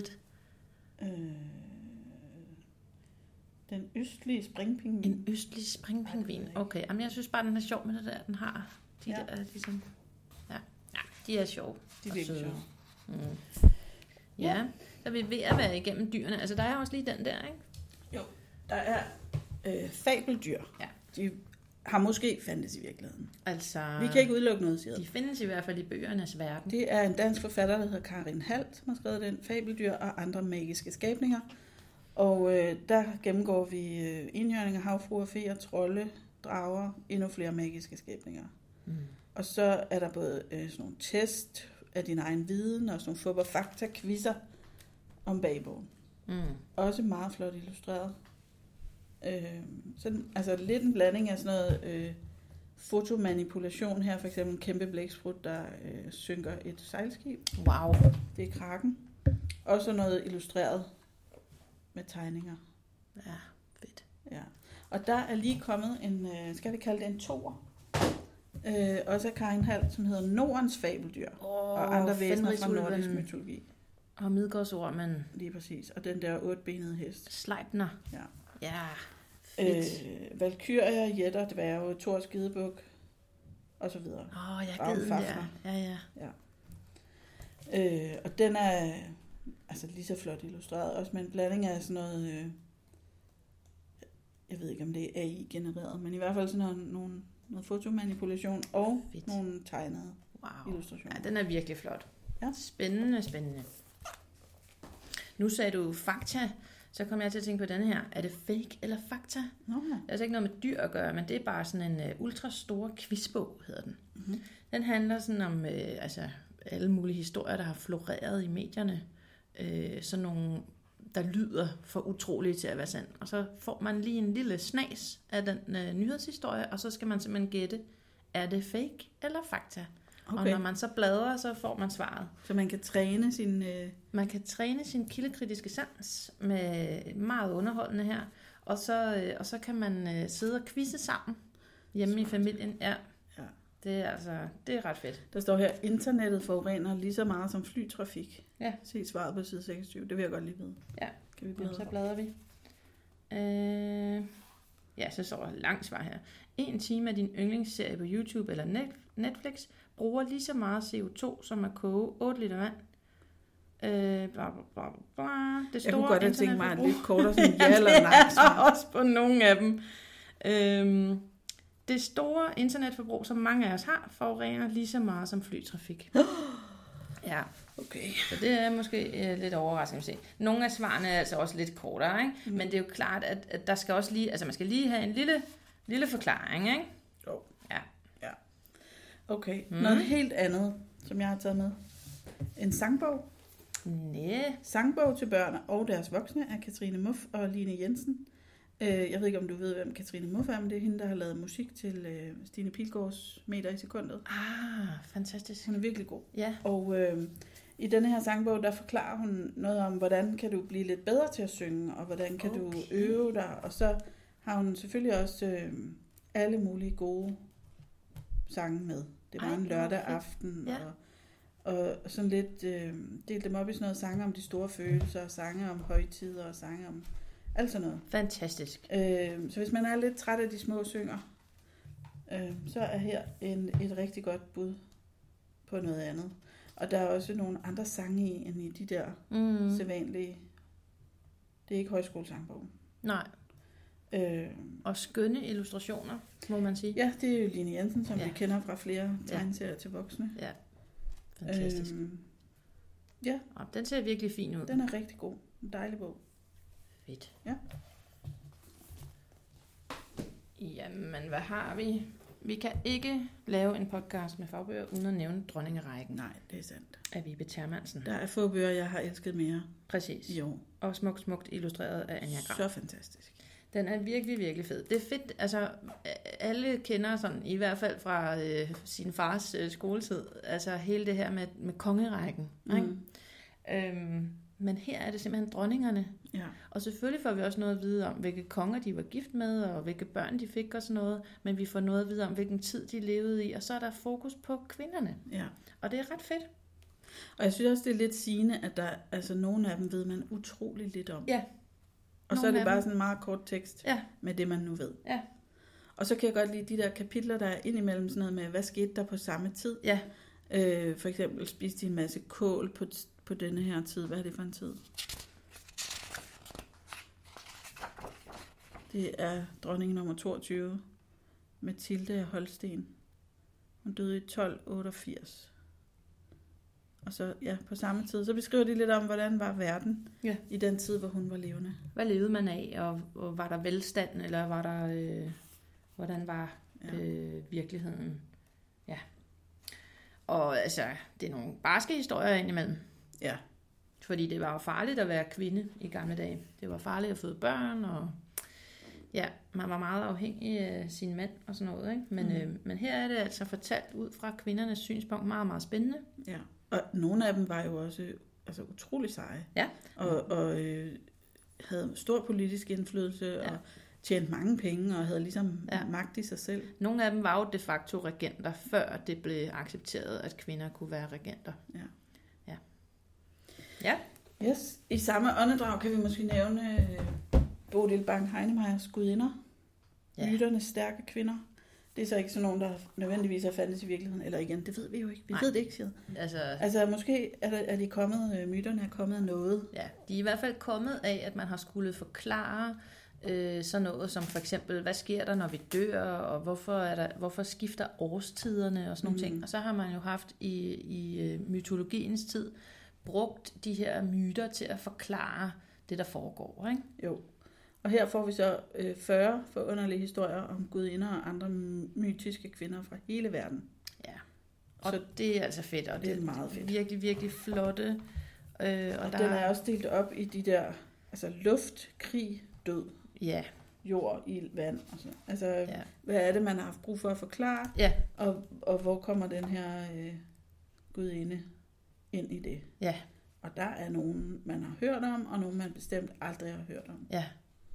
Den østlige springpingvin. En østlig springpingvin. Okay, jamen jeg synes bare, den er sjov med det der, den har. De der, ligesom... Ja, de er sjove. De er virkelig sjove. Ja, så er vi ved at være igennem dyrene. Altså, der er også lige den der, ikke? Jo, der er fabeldyr. Ja. De har måske fandtes i virkeligheden. Altså... Vi kan ikke udelukke noget, siger de findes i hvert fald i bøgernes verden. Det er en dansk forfatter, der hedder Karin Halt, som har skrevet den, Fabeldyr og andre magiske skabninger. Og der gennemgår vi enhjørninger, havfruer, feer, trolde, drager, endnu flere magiske skabninger. Og så er der både sådan nogle test af din egen viden, og sådan nogle fup- og fakta-quizzer om bagbogen. Også meget flot illustreret. Sådan, altså lidt en blanding af sådan noget fotomanipulation her, for eksempel en kæmpe blæksprut, der synker et sejlskib. Wow. Det er Kraken. Og så noget illustreret med tegninger. Ja, fedt. Ja. Og der er lige kommet en, skal vi kalde det en toer, også af Karin Halt, som hedder Nordens fabeldyr, og andre væsener fra nordisk mytologi. Og Midgårdsormen. Lige præcis. Og den der 8-benede hest. Sleipner. Ja. Valkyrier, jætter, dværge, Thor, skidebuk, og så videre. Jeg ved den der. Ja. Og den er altså lige så flot illustreret, også med en blanding af sådan noget, jeg ved ikke om det er AI-genereret, men i hvert fald sådan noget fotomanipulation og nogle tegnede illustrationer. Ja, den er virkelig flot. Ja. Spændende. Nu sagde du fakta, så kom jeg til at tænke på denne her. Er det fake eller fakta? Nå. Det er altså ikke noget med dyr at gøre, men det er bare sådan en ultra stor quizbog, hedder den. Mm-hmm. Den handler sådan om alle mulige historier, der har floreret i medierne. Sådan nogle, der lyder for utrolige til at være sand. Og så får man lige en lille snas af den nyhedshistorie, og så skal man simpelthen gætte, er det fake eller fakta? Okay. Og når man så bladrer, så får man svaret. Så man kan træne sin... Man kan træne sin kildekritiske sans med meget underholdende her. Og så kan man sidde og quizze sammen hjemme i familien. Ja. Det er ret fedt. Der står her, internettet forurener lige så meget som flytrafik. Ja. Se svaret på side 26. Det vil jeg godt lige vide. Ja. Kan vi bladre? Så bladrer vi. Så står der langt svar her. 1 time af din yndlingsserie på YouTube eller Netflix bruger lige så meget CO2 som at koge 8 liter vand. Det jeg kunne godt have tænkt mig lidt kortere sådan ja eller nej. Også på nogle af dem. Det store internetforbrug, som mange af os har, forurener lige så meget som flytrafik. Ja. Okay. Så det er måske lidt overraskende at se. Nogle af svarene er altså også lidt kortere, ikke? Men det er jo klart, at der skal også lige, altså man skal lige have en lille forklaring, ikke? Jo. Ja. Okay. Noget helt andet, som jeg har taget med. En sangbog. Næh. Sangbog til børn og deres voksne af Katrine Muff og Line Jensen. Jeg ved ikke, om du ved, hvem Katrine Muff er, men det er hende, der har lavet musik til Stine Pilgaards Meter i sekundet. Fantastisk. Hun er virkelig god. Ja. Og i denne her sangbog, der forklarer hun noget om, hvordan kan du blive lidt bedre til at synge, og hvordan kan du øve dig. Og så har hun selvfølgelig også alle mulige gode sange med. Det var en lørdag aften, og sådan lidt delt dem op i sådan noget sange om de store følelser, og sange om højtider, og sange om alt sådan noget. Fantastisk. Så hvis man er lidt træt af de små synger, så er her et rigtig godt bud på noget andet. Og der er også nogle andre sange i, end i de der sædvanlige. Det er ikke højskolesangbogen. Nej. Og skønne illustrationer, må man sige. Ja, det er jo Line Jensen, som vi kender fra flere tegneserier til voksne. Ja, fantastisk. Ja. Og den ser virkelig fin ud. Den er rigtig god. En dejlig bog. Fedt. Ja. Jamen, hvad har vi? Vi kan ikke lave en podcast med fagbøger, uden at nævne Dronningerækken. Nej, det er sandt. Af Vibe Termansen. Der er få bøger, jeg har elsket mere. Præcis. Jo. Og smukt illustreret af Anja Gram. Så fantastisk. Den er virkelig, virkelig fed. Det er fedt, altså alle kender sådan, i hvert fald fra sin fars skoletid, altså hele det her med kongerækken. Ikke? Men her er det simpelthen dronningerne. Ja. Og selvfølgelig får vi også noget at vide om, hvilke konger de var gift med, og hvilke børn de fik og sådan noget. Men vi får noget at vide om, hvilken tid de levede i, og så er der fokus på kvinderne. Ja. Og det er ret fedt. Og jeg synes også, det er lidt sigende, at der, altså nogle af dem ved man utrolig lidt om. Ja. Og så er det bare sådan en meget kort tekst med det, man nu ved. Ja. Og så kan jeg godt lide de der kapitler, der er indimellem sådan noget med, hvad skete der på samme tid? Ja. For eksempel spiste de en masse kål på denne her tid. Hvad er det for en tid? Det er dronning nummer 22, Mathilde af Holsten. Hun døde i 1288. Og så, på samme tid, så beskriver de lidt om, hvordan var verden i den tid, hvor hun var levende. Hvad levede man af, og var der velstand, eller var der, hvordan var virkeligheden? Ja. Og altså, det er nogle barske historier indimellem. Ja. Fordi det var jo farligt at være kvinde i gamle dage. Det var farligt at føde børn, og man var meget afhængig af sin mand og sådan noget. Ikke? Men her er det altså fortalt ud fra kvindernes synspunkt meget, meget spændende. Ja. Og nogle af dem var jo også utrolig seje. Ja. Og havde stor politisk indflydelse og tjente mange penge og havde ligesom magt i sig selv. Nogle af dem var jo de facto regenter, før det blev accepteret, at kvinder kunne være regenter. Ja. Yes. I samme åndedrag kan vi måske nævne Bodil Bang-Heinemeyers Gudinder. Ja. Myternes stærke kvinder. Det er så ikke sådan nogen, der nødvendigvis har fandtes i virkeligheden. Eller igen, det ved vi jo ikke. Vi ved det ikke, siger. Altså måske er de kommet, myterne er kommet af noget. Ja, de er i hvert fald kommet af, at man har skulle forklare sådan noget som for eksempel, hvad sker der, når vi dør, og hvorfor skifter årstiderne og sådan nogle ting. Og så har man jo haft i mytologiens tid brugt de her myter til at forklare det, der foregår, ikke? Jo. Og her får vi så 40 forunderlige historier om gudinder og andre mytiske kvinder fra hele verden. Ja, og så det er altså fedt, og det er meget fedt. Virkelig, virkelig flotte. Og den er også delt op i de der, altså luft, krig, død. Ja. Jord, ild, vand. Og så. Altså, hvad er det, man har haft brug for at forklare? Ja. Og hvor kommer den her gudinde ind i det? Ja. Og der er nogen, man har hørt om, og nogen, man bestemt aldrig har hørt om. Ja.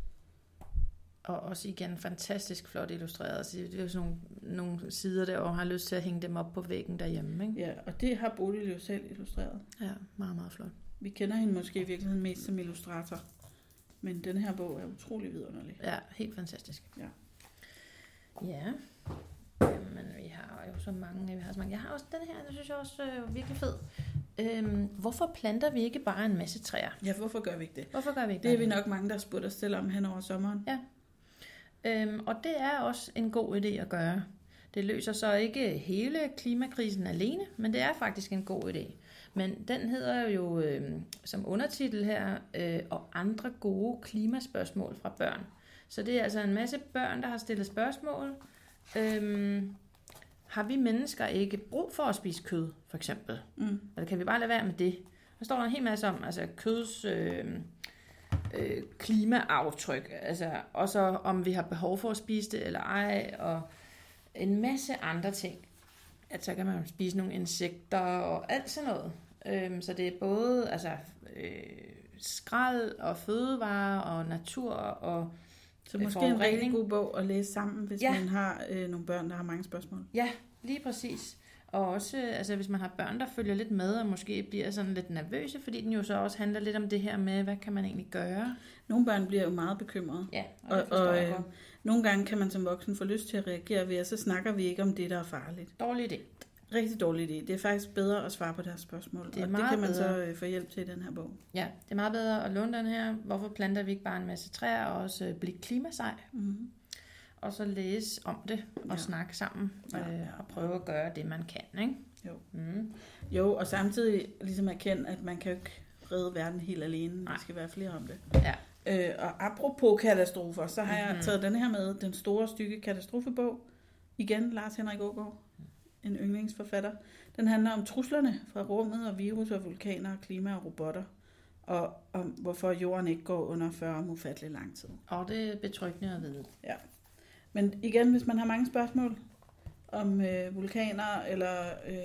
Og også igen fantastisk flot illustreret. Så det er jo sådan nogle sider der, og har lyst til at hænge dem op på væggen derhjemme. Ikke? Ja, og det har Bodil jo selv illustreret. Ja, meget, meget flot. Vi kender hende måske i virkeligheden mest som illustrator. Men den her bog er utrolig vidunderlig. Ja, helt fantastisk. Ja. Ja. Jamen, vi har jo så mange. Jeg har også den her, den synes jeg også er virkelig fed. Hvorfor planter vi ikke bare en masse træer? Ja, hvorfor gør vi ikke det? Hvorfor gør vi ikke det? Det er vi nok mange, der har spurgt os selv om hen over sommeren. Ja. Og det er også en god idé at gøre. Det løser så ikke hele klimakrisen alene, men det er faktisk en god idé. Men den hedder jo som undertitel her, og andre gode klimaspørgsmål fra børn. Så det er altså en masse børn, der har stillet spørgsmål. Har vi mennesker ikke brug for at spise kød, for eksempel? Eller kan vi bare lade være med det? Der står der en hel masse om altså køds klimaaftryk, altså også om vi har behov for at spise det eller ej, og en masse andre ting. At så kan man spise nogle insekter og alt sådan noget. Så det er både altså, skrald og fødevarer og natur og så måske en rigtig god bog at læse sammen, hvis man har nogle børn, der har mange spørgsmål. Ja, lige præcis. Og også, altså, hvis man har børn, der følger lidt med, og måske bliver sådan lidt nervøse, fordi den jo så også handler lidt om det her med, hvad kan man egentlig gøre? Nogle børn bliver jo meget bekymrede. Ja, og det forstår jeg godt. Nogle gange kan man som voksen få lyst til at reagere ved, og så snakker vi ikke om det, der er farligt. Dårlig idé. Rigtig dårlig idé. Det er faktisk bedre at svare på deres spørgsmål, det kan man bedre. Så få hjælp til i den her bog. Ja, det er meget bedre at låne den her. Hvorfor planter vi ikke bare en masse træer, og også blive klimasej? Mm-hmm. Og så læse om det, og snakke sammen, og prøve at gøre det, man kan, ikke? Jo. Mm. Jo, og samtidig ligesom erkende, at man kan jo ikke redde verden helt alene. Der skal være flere om det. Ja. Og apropos katastrofer, så har jeg taget den her med, den store stykke katastrofebog. Igen, Lars Henrik Aagaard, en yndlingsforfatter. Den handler om truslerne fra rummet og virus og vulkaner og klima og robotter. Og om hvorfor jorden ikke går under 40 om ufattelig lang tid. Og det er betryggende at vide. Ja. Men igen, hvis man har mange spørgsmål om vulkaner eller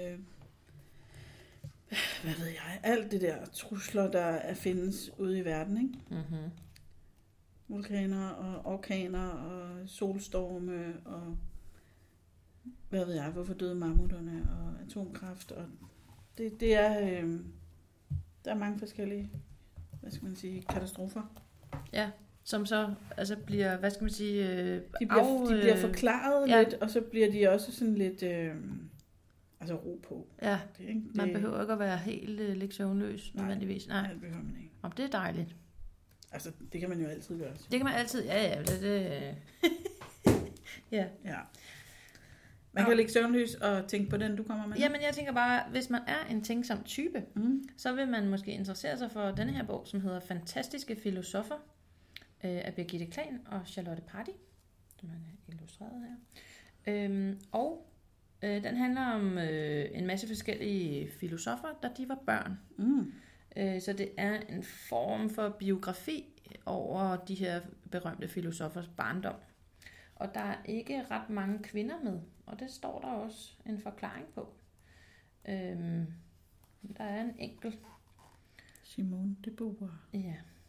hvad ved jeg, alt det der trusler, der findes ude i verden, ikke? Mm-hmm. Vulkaner og orkaner og solstorme og hvad ved jeg, hvorfor døde mammutterne og atomkraft og det er der er mange forskellige, hvad skal man sige, katastrofer. Ja. Som så altså bliver, hvad skal man sige, de bliver forklaret lidt, og så bliver de også sådan lidt altså ro på. Ja, man behøver ikke at være helt lidt søvnløs nødvendigvis. Nej, det behøver man ikke. Og det er dejligt. Altså, det kan man jo altid gøre. Det kan man altid, ja. Ja. Man kan ligge søvnløs og tænke på den, du kommer med. Jamen, jeg tænker bare, hvis man er en tænksom type, så vil man måske interessere sig for denne her bog, som hedder Fantastiske Filosoffer, af Birgitte Klan og Charlotte Party, som er illustreret her. Den handler om en masse forskellige filosofer, da de var børn. Så det er en form for biografi over de her berømte filosofers barndom. Og der er ikke ret mange kvinder med, og det står der også en forklaring på. Der er en enkelt. Simone de Beauvoir. Ja.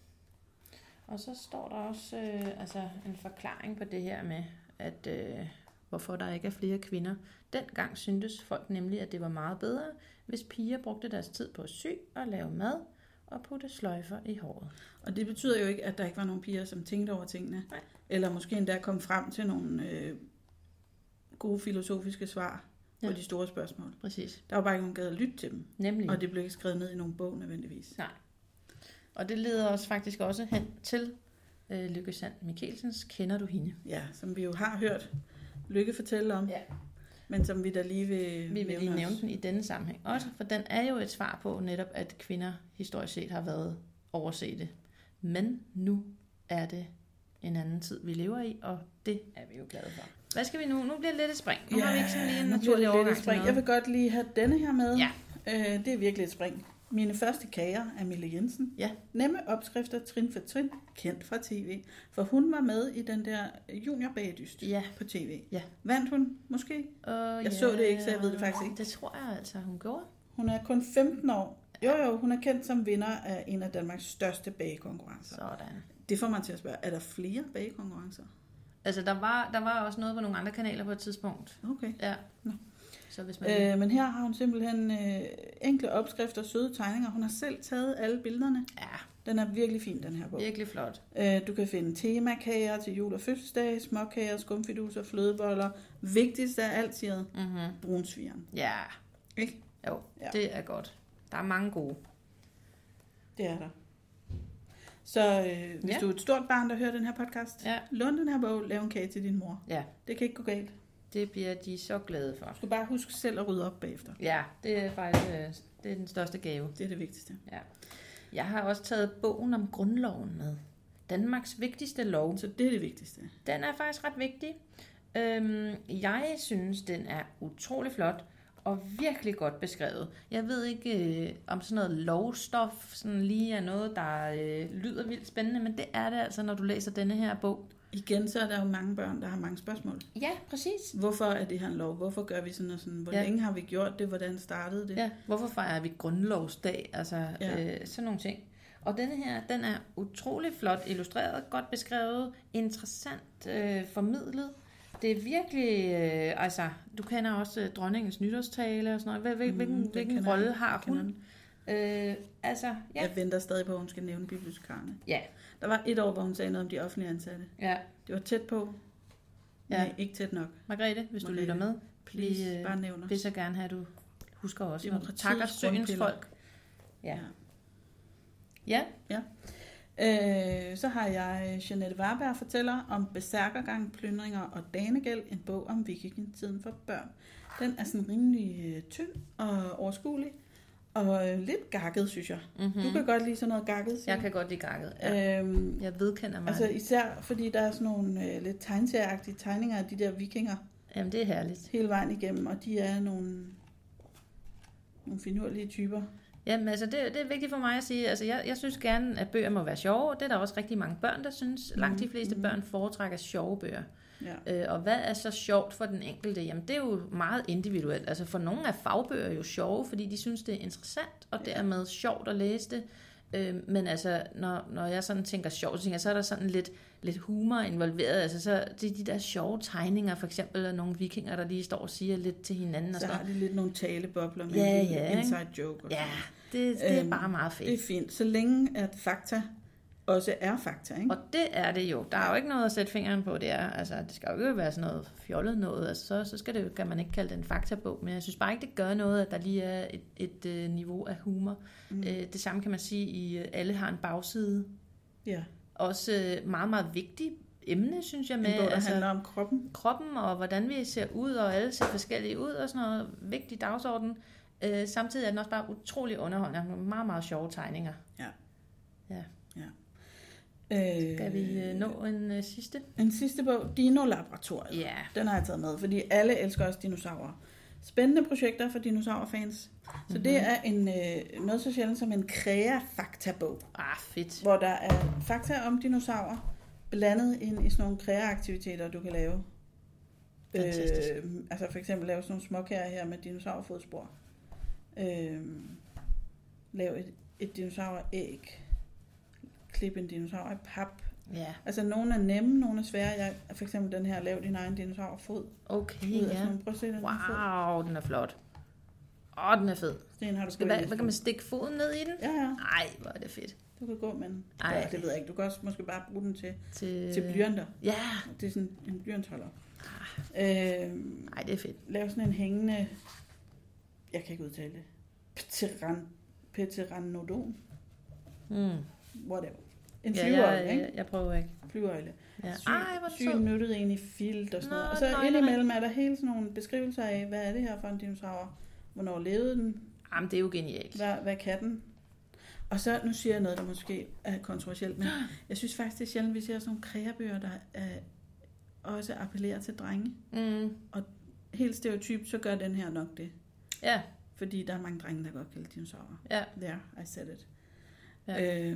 Og så står der også en forklaring på det her med, at hvorfor der ikke er flere kvinder. Dengang syntes folk nemlig, at det var meget bedre, hvis piger brugte deres tid på at sy og lave mad og putte sløjfer i håret. Og det betyder jo ikke, at der ikke var nogen piger, som tænkte over tingene. Nej. Eller måske endda kom frem til nogle gode filosofiske svar på de store spørgsmål. Præcis. Der var bare ikke nogen, der gad at lytte til dem. Nemlig. Og det blev ikke skrevet ned i nogen bog nødvendigvis. Nej. Og det leder os faktisk også hen til Lykke Sand Michelsens Kender du hende? Ja, som vi jo har hørt Lykke fortælle om. Ja. Men som vi da lige vil nævne den i denne sammenhæng. Også, for den er jo et svar på netop, at kvinder historisk set har været oversete. Men nu er det en anden tid, vi lever i, og det er vi jo glade for. Hvad skal vi nu? Nu bliver det lidt et spring. Nu har vi ikke sådan lige en naturlig overgang til noget. Jeg vil godt lige have denne her med. Ja. Det er virkelig et spring. Mine første kager af Mille Jensen. Ja. Nemme opskrifter, trin for trin, kendt fra tv. For hun var med i den der juniorbagedyst på tv. Ja. Vandt hun måske? Jeg så det ikke, så jeg ved det faktisk ikke. Det tror jeg altså, hun gjorde. Hun er kun 15 år. Jo, hun er kendt som vinder af en af Danmarks største bagekonkurrencer. Sådan. Det får man til at spørge, er der flere bagekonkurrencer? Altså, der var også noget på nogle andre kanaler på et tidspunkt. Okay. Ja. Nå. Så hvis man... men her har hun simpelthen enkle opskrifter, søde tegninger. Hun har selv taget alle billederne. Ja. Den er virkelig fin, den her bog. Virkelig flot. Du kan finde temakager til jul og fødselsdag, småkager, skumfiduser, flødeboller. Vigtigst af alt, siger brunsvigeren. Ja. Ikke? Jo, det er godt. Der er mange gode. Det er der. Så hvis du er et stort barn, der hører den her podcast, lån den her bog, lav en kage til din mor. Ja. Det kan ikke gå galt. Det bliver de så glade for. Du skal bare huske selv at rydde op bagefter. Ja, det er faktisk det er den største gave. Det er det vigtigste. Ja. Jeg har også taget bogen om grundloven med. Danmarks vigtigste lov. Så det er det vigtigste. Den er faktisk ret vigtig. Jeg synes, den er utrolig flot. og virkelig godt beskrevet. Jeg ved ikke, om sådan noget lovstof sådan lige er noget, der lyder vildt spændende, men det er det altså, når du læser denne her bog. Igen, så er der jo mange børn, der har mange spørgsmål. Ja, præcis. Hvorfor er det her en lov? Hvorfor gør vi sådan og sådan? Hvor længe har vi gjort det? Hvordan startede det? Ja, hvorfor fejrer vi grundlovsdag? Altså, sådan nogle ting. Og denne her, den er utrolig flot illustreret, godt beskrevet, interessant formidlet. Det er virkelig, altså, du kender også dronningens nytårstale og sådan noget. Hvilken rolle har hun? Jeg venter stadig på, at hun skal nævne bibliotekarerne. Ja. Der var et år, hvor hun sagde noget om de offentlige ansatte. Ja. Det var tæt på. Ja. Nej, ikke tæt nok. Margrethe, hvis du lytter med, please, bare nævn os. Vil så gerne have, at du husker også, når du takker søens folk. Ja. Ja. Så har jeg Jeanette Varberg fortæller om besærkergang, plyndringer og danegæld, en bog om vikingetiden for børn. Den er sådan rimelig tynd og overskuelig, og lidt gakket, synes jeg. Mm-hmm. Du kan godt lide sådan noget gakket, Jeg kan godt lide gakket, ja. Jeg vedkender mig. Altså især fordi der er sådan nogle lidt tegneserieagtige tegninger af de der vikinger. Jamen, det er herligt. Hele vejen igennem, og de er nogle finurlige typer. Jamen, altså, det er vigtigt for mig at sige. Altså, jeg synes gerne, at bøger må være sjove. Det er der også rigtig mange børn, der synes. Langt de fleste børn foretrækker sjove bøger. Ja. Og hvad er så sjovt for den enkelte? Jamen, det er jo meget individuelt. Altså, for nogle er fagbøger jo sjove, fordi de synes, det er interessant, og dermed sjovt at læse det. Men altså, når jeg sådan tænker sjovt, så er der sådan lidt humor involveret. Altså, så det er de der sjove tegninger, for eksempel af nogle vikinger, der lige står og siger lidt til hinanden. Så har de lidt nogle talebobler med en inside joke. Og det er bare meget fedt. Det er fint, så længe at fakta også er fakta, ikke? Og det er det jo. Der er jo ikke noget at sætte fingeren på. Det skal jo ikke være sådan noget fjollet noget. Altså, så kan man ikke kalde det en faktabog. Men jeg synes bare ikke, det gør noget, at der lige er et niveau af humor. Det samme kan man sige i Alle har en bagside. Ja. Også meget, meget vigtigt emne, synes jeg. Med, en bog, der handler om kroppen. Kroppen og hvordan vi ser ud, og alle ser forskellige ud og sådan noget. Vigtig dagsorden. Samtidig er den også bare utrolig underholdende. Nogle meget, meget sjove tegninger. Ja. Skal vi nå en sidste? En sidste bog, Dino-laboratoriet. Ja. Den har jeg taget med, fordi alle elsker også dinosaurer. Spændende projekter for dinosaurfans. Så det er noget så sjældent som en krea-faktabog. Fedt. Hvor der er fakta om dinosaurer, blandet ind i sådan nogle krea-aktiviteter, du kan lave. Altså for eksempel lave sådan nogle småkager her med dinosaurfodspor. Lave et dinosauræg. Klippe en dinosaur i pap. Ja. Altså nogle er nemme, nogle er svære. Jeg for eksempel den her, lav din egen dinosaurfod. Okay, ja. Prøv at se den. Wow, den er flot. Den er fed. Den har du hvad kan man stikke foden ned i den? Ja. Ej, hvor er det fedt. Du kan gå med den. Det ved jeg ikke. Du kan også måske bare bruge den til blyanter. Ja. Det er sådan en blyantholder. Ej, det er fedt. Lav sådan en hængende, jeg kan ikke udtale det, pteranodon. Whatever. En flyveøjle, ikke? Jeg prøver ikke. Flyveøjle. Ja. Syg nyttet ind i filt og sådan noget. Og så indimellem er der hele sådan nogle beskrivelser af, hvad er det her for en dinosaur? Hvornår levede den? Jamen, det er jo genialt. Hvad kan den? Og så, nu siger jeg noget, der måske er kontroversielt, men jeg synes faktisk, det er sjældent, vi ser sådan nogle kreabøger, der også appellerer til drenge. Og helt stereotyp, så gør den her nok det. Ja. Fordi der er mange drenge, der godt kan lide dinosaurer. Ja. There, I said it. Ja.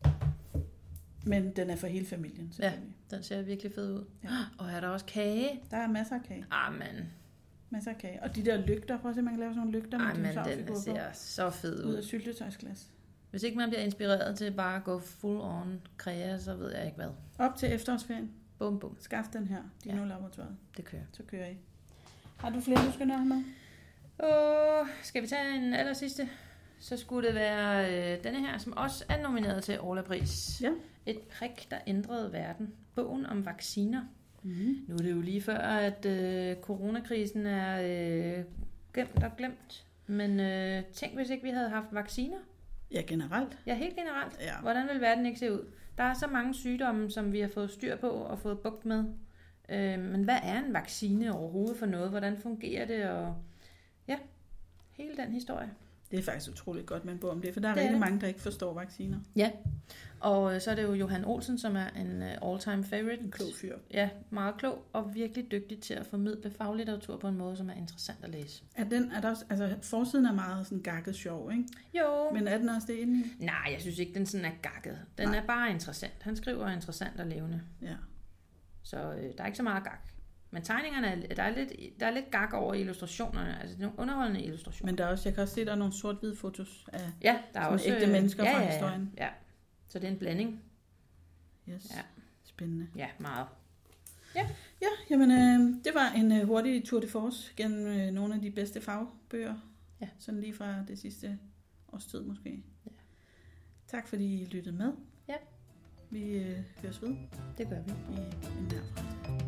Men den er for hele familien, selvfølgelig. Ja, den ser virkelig fed ud. Ja. Og er der også kage? Der er masser af kage. Amen. Masser af kage. Og de der lygter, prøv at se, man kan lave sådan nogle lygter med dinosaurfigurer på. Den ser så fed ud. Ud af syltetøjsglas. Hvis ikke man bliver inspireret til bare at gå full on krea, så ved jeg ikke hvad. Op til efterårsferien. Bum. Skaff den her, Dino-laboratoriet. Det kører. Så kører I. Har du flere, du skal nå med? Skal vi tage en aller sidste? Så skulle det være denne her, som også er nomineret til Orla-pris. Ja. Et prik, der ændrede verden. Bogen om vacciner. Nu er det jo lige før, at coronakrisen er gemt og glemt. Men tænk, hvis ikke vi havde haft vacciner. Ja, generelt. Ja, helt generelt. Ja. Hvordan vil verden ikke se ud? Der er så mange sygdomme, som vi har fået styr på og fået bugt med. Men hvad er en vaccine overhovedet for noget? Hvordan fungerer det? Og ja, hele den historie. Det er faktisk utroligt godt med en bog om det, for der er rigtig mange, der ikke forstår vacciner. Ja, og så er det jo Johan Olsen, som er en all-time favorite. En klog fyr. Ja, meget klog og virkelig dygtig til at formidle faglitteratur på en måde, som er interessant at læse. Er der også, altså forsiden er meget sådan gakket sjov, ikke? Jo. Men er den også det inde i? Nej, jeg synes ikke, den sådan er gakket. Den er bare interessant. Han skriver interessant og levende. Ja. Så der er ikke så meget gak. Men tegningerne, der er lidt gak over illustrationerne. Altså, det er nogle underholdende illustrationer. Men der er også, jeg kan også se, der er nogle sort-hvide fotos af der er også ægte mennesker fra historien. Ja, så det er en blanding. Yes, spændende. Ja, meget. Ja, jamen det var en hurtig tour de force gennem nogle af de bedste fagbøger. Ja. Sådan lige fra det sidste års tid måske. Ja. Tak fordi I lyttede med. Ja. Vi høres ved. Det gør vi. I en nær fremtid.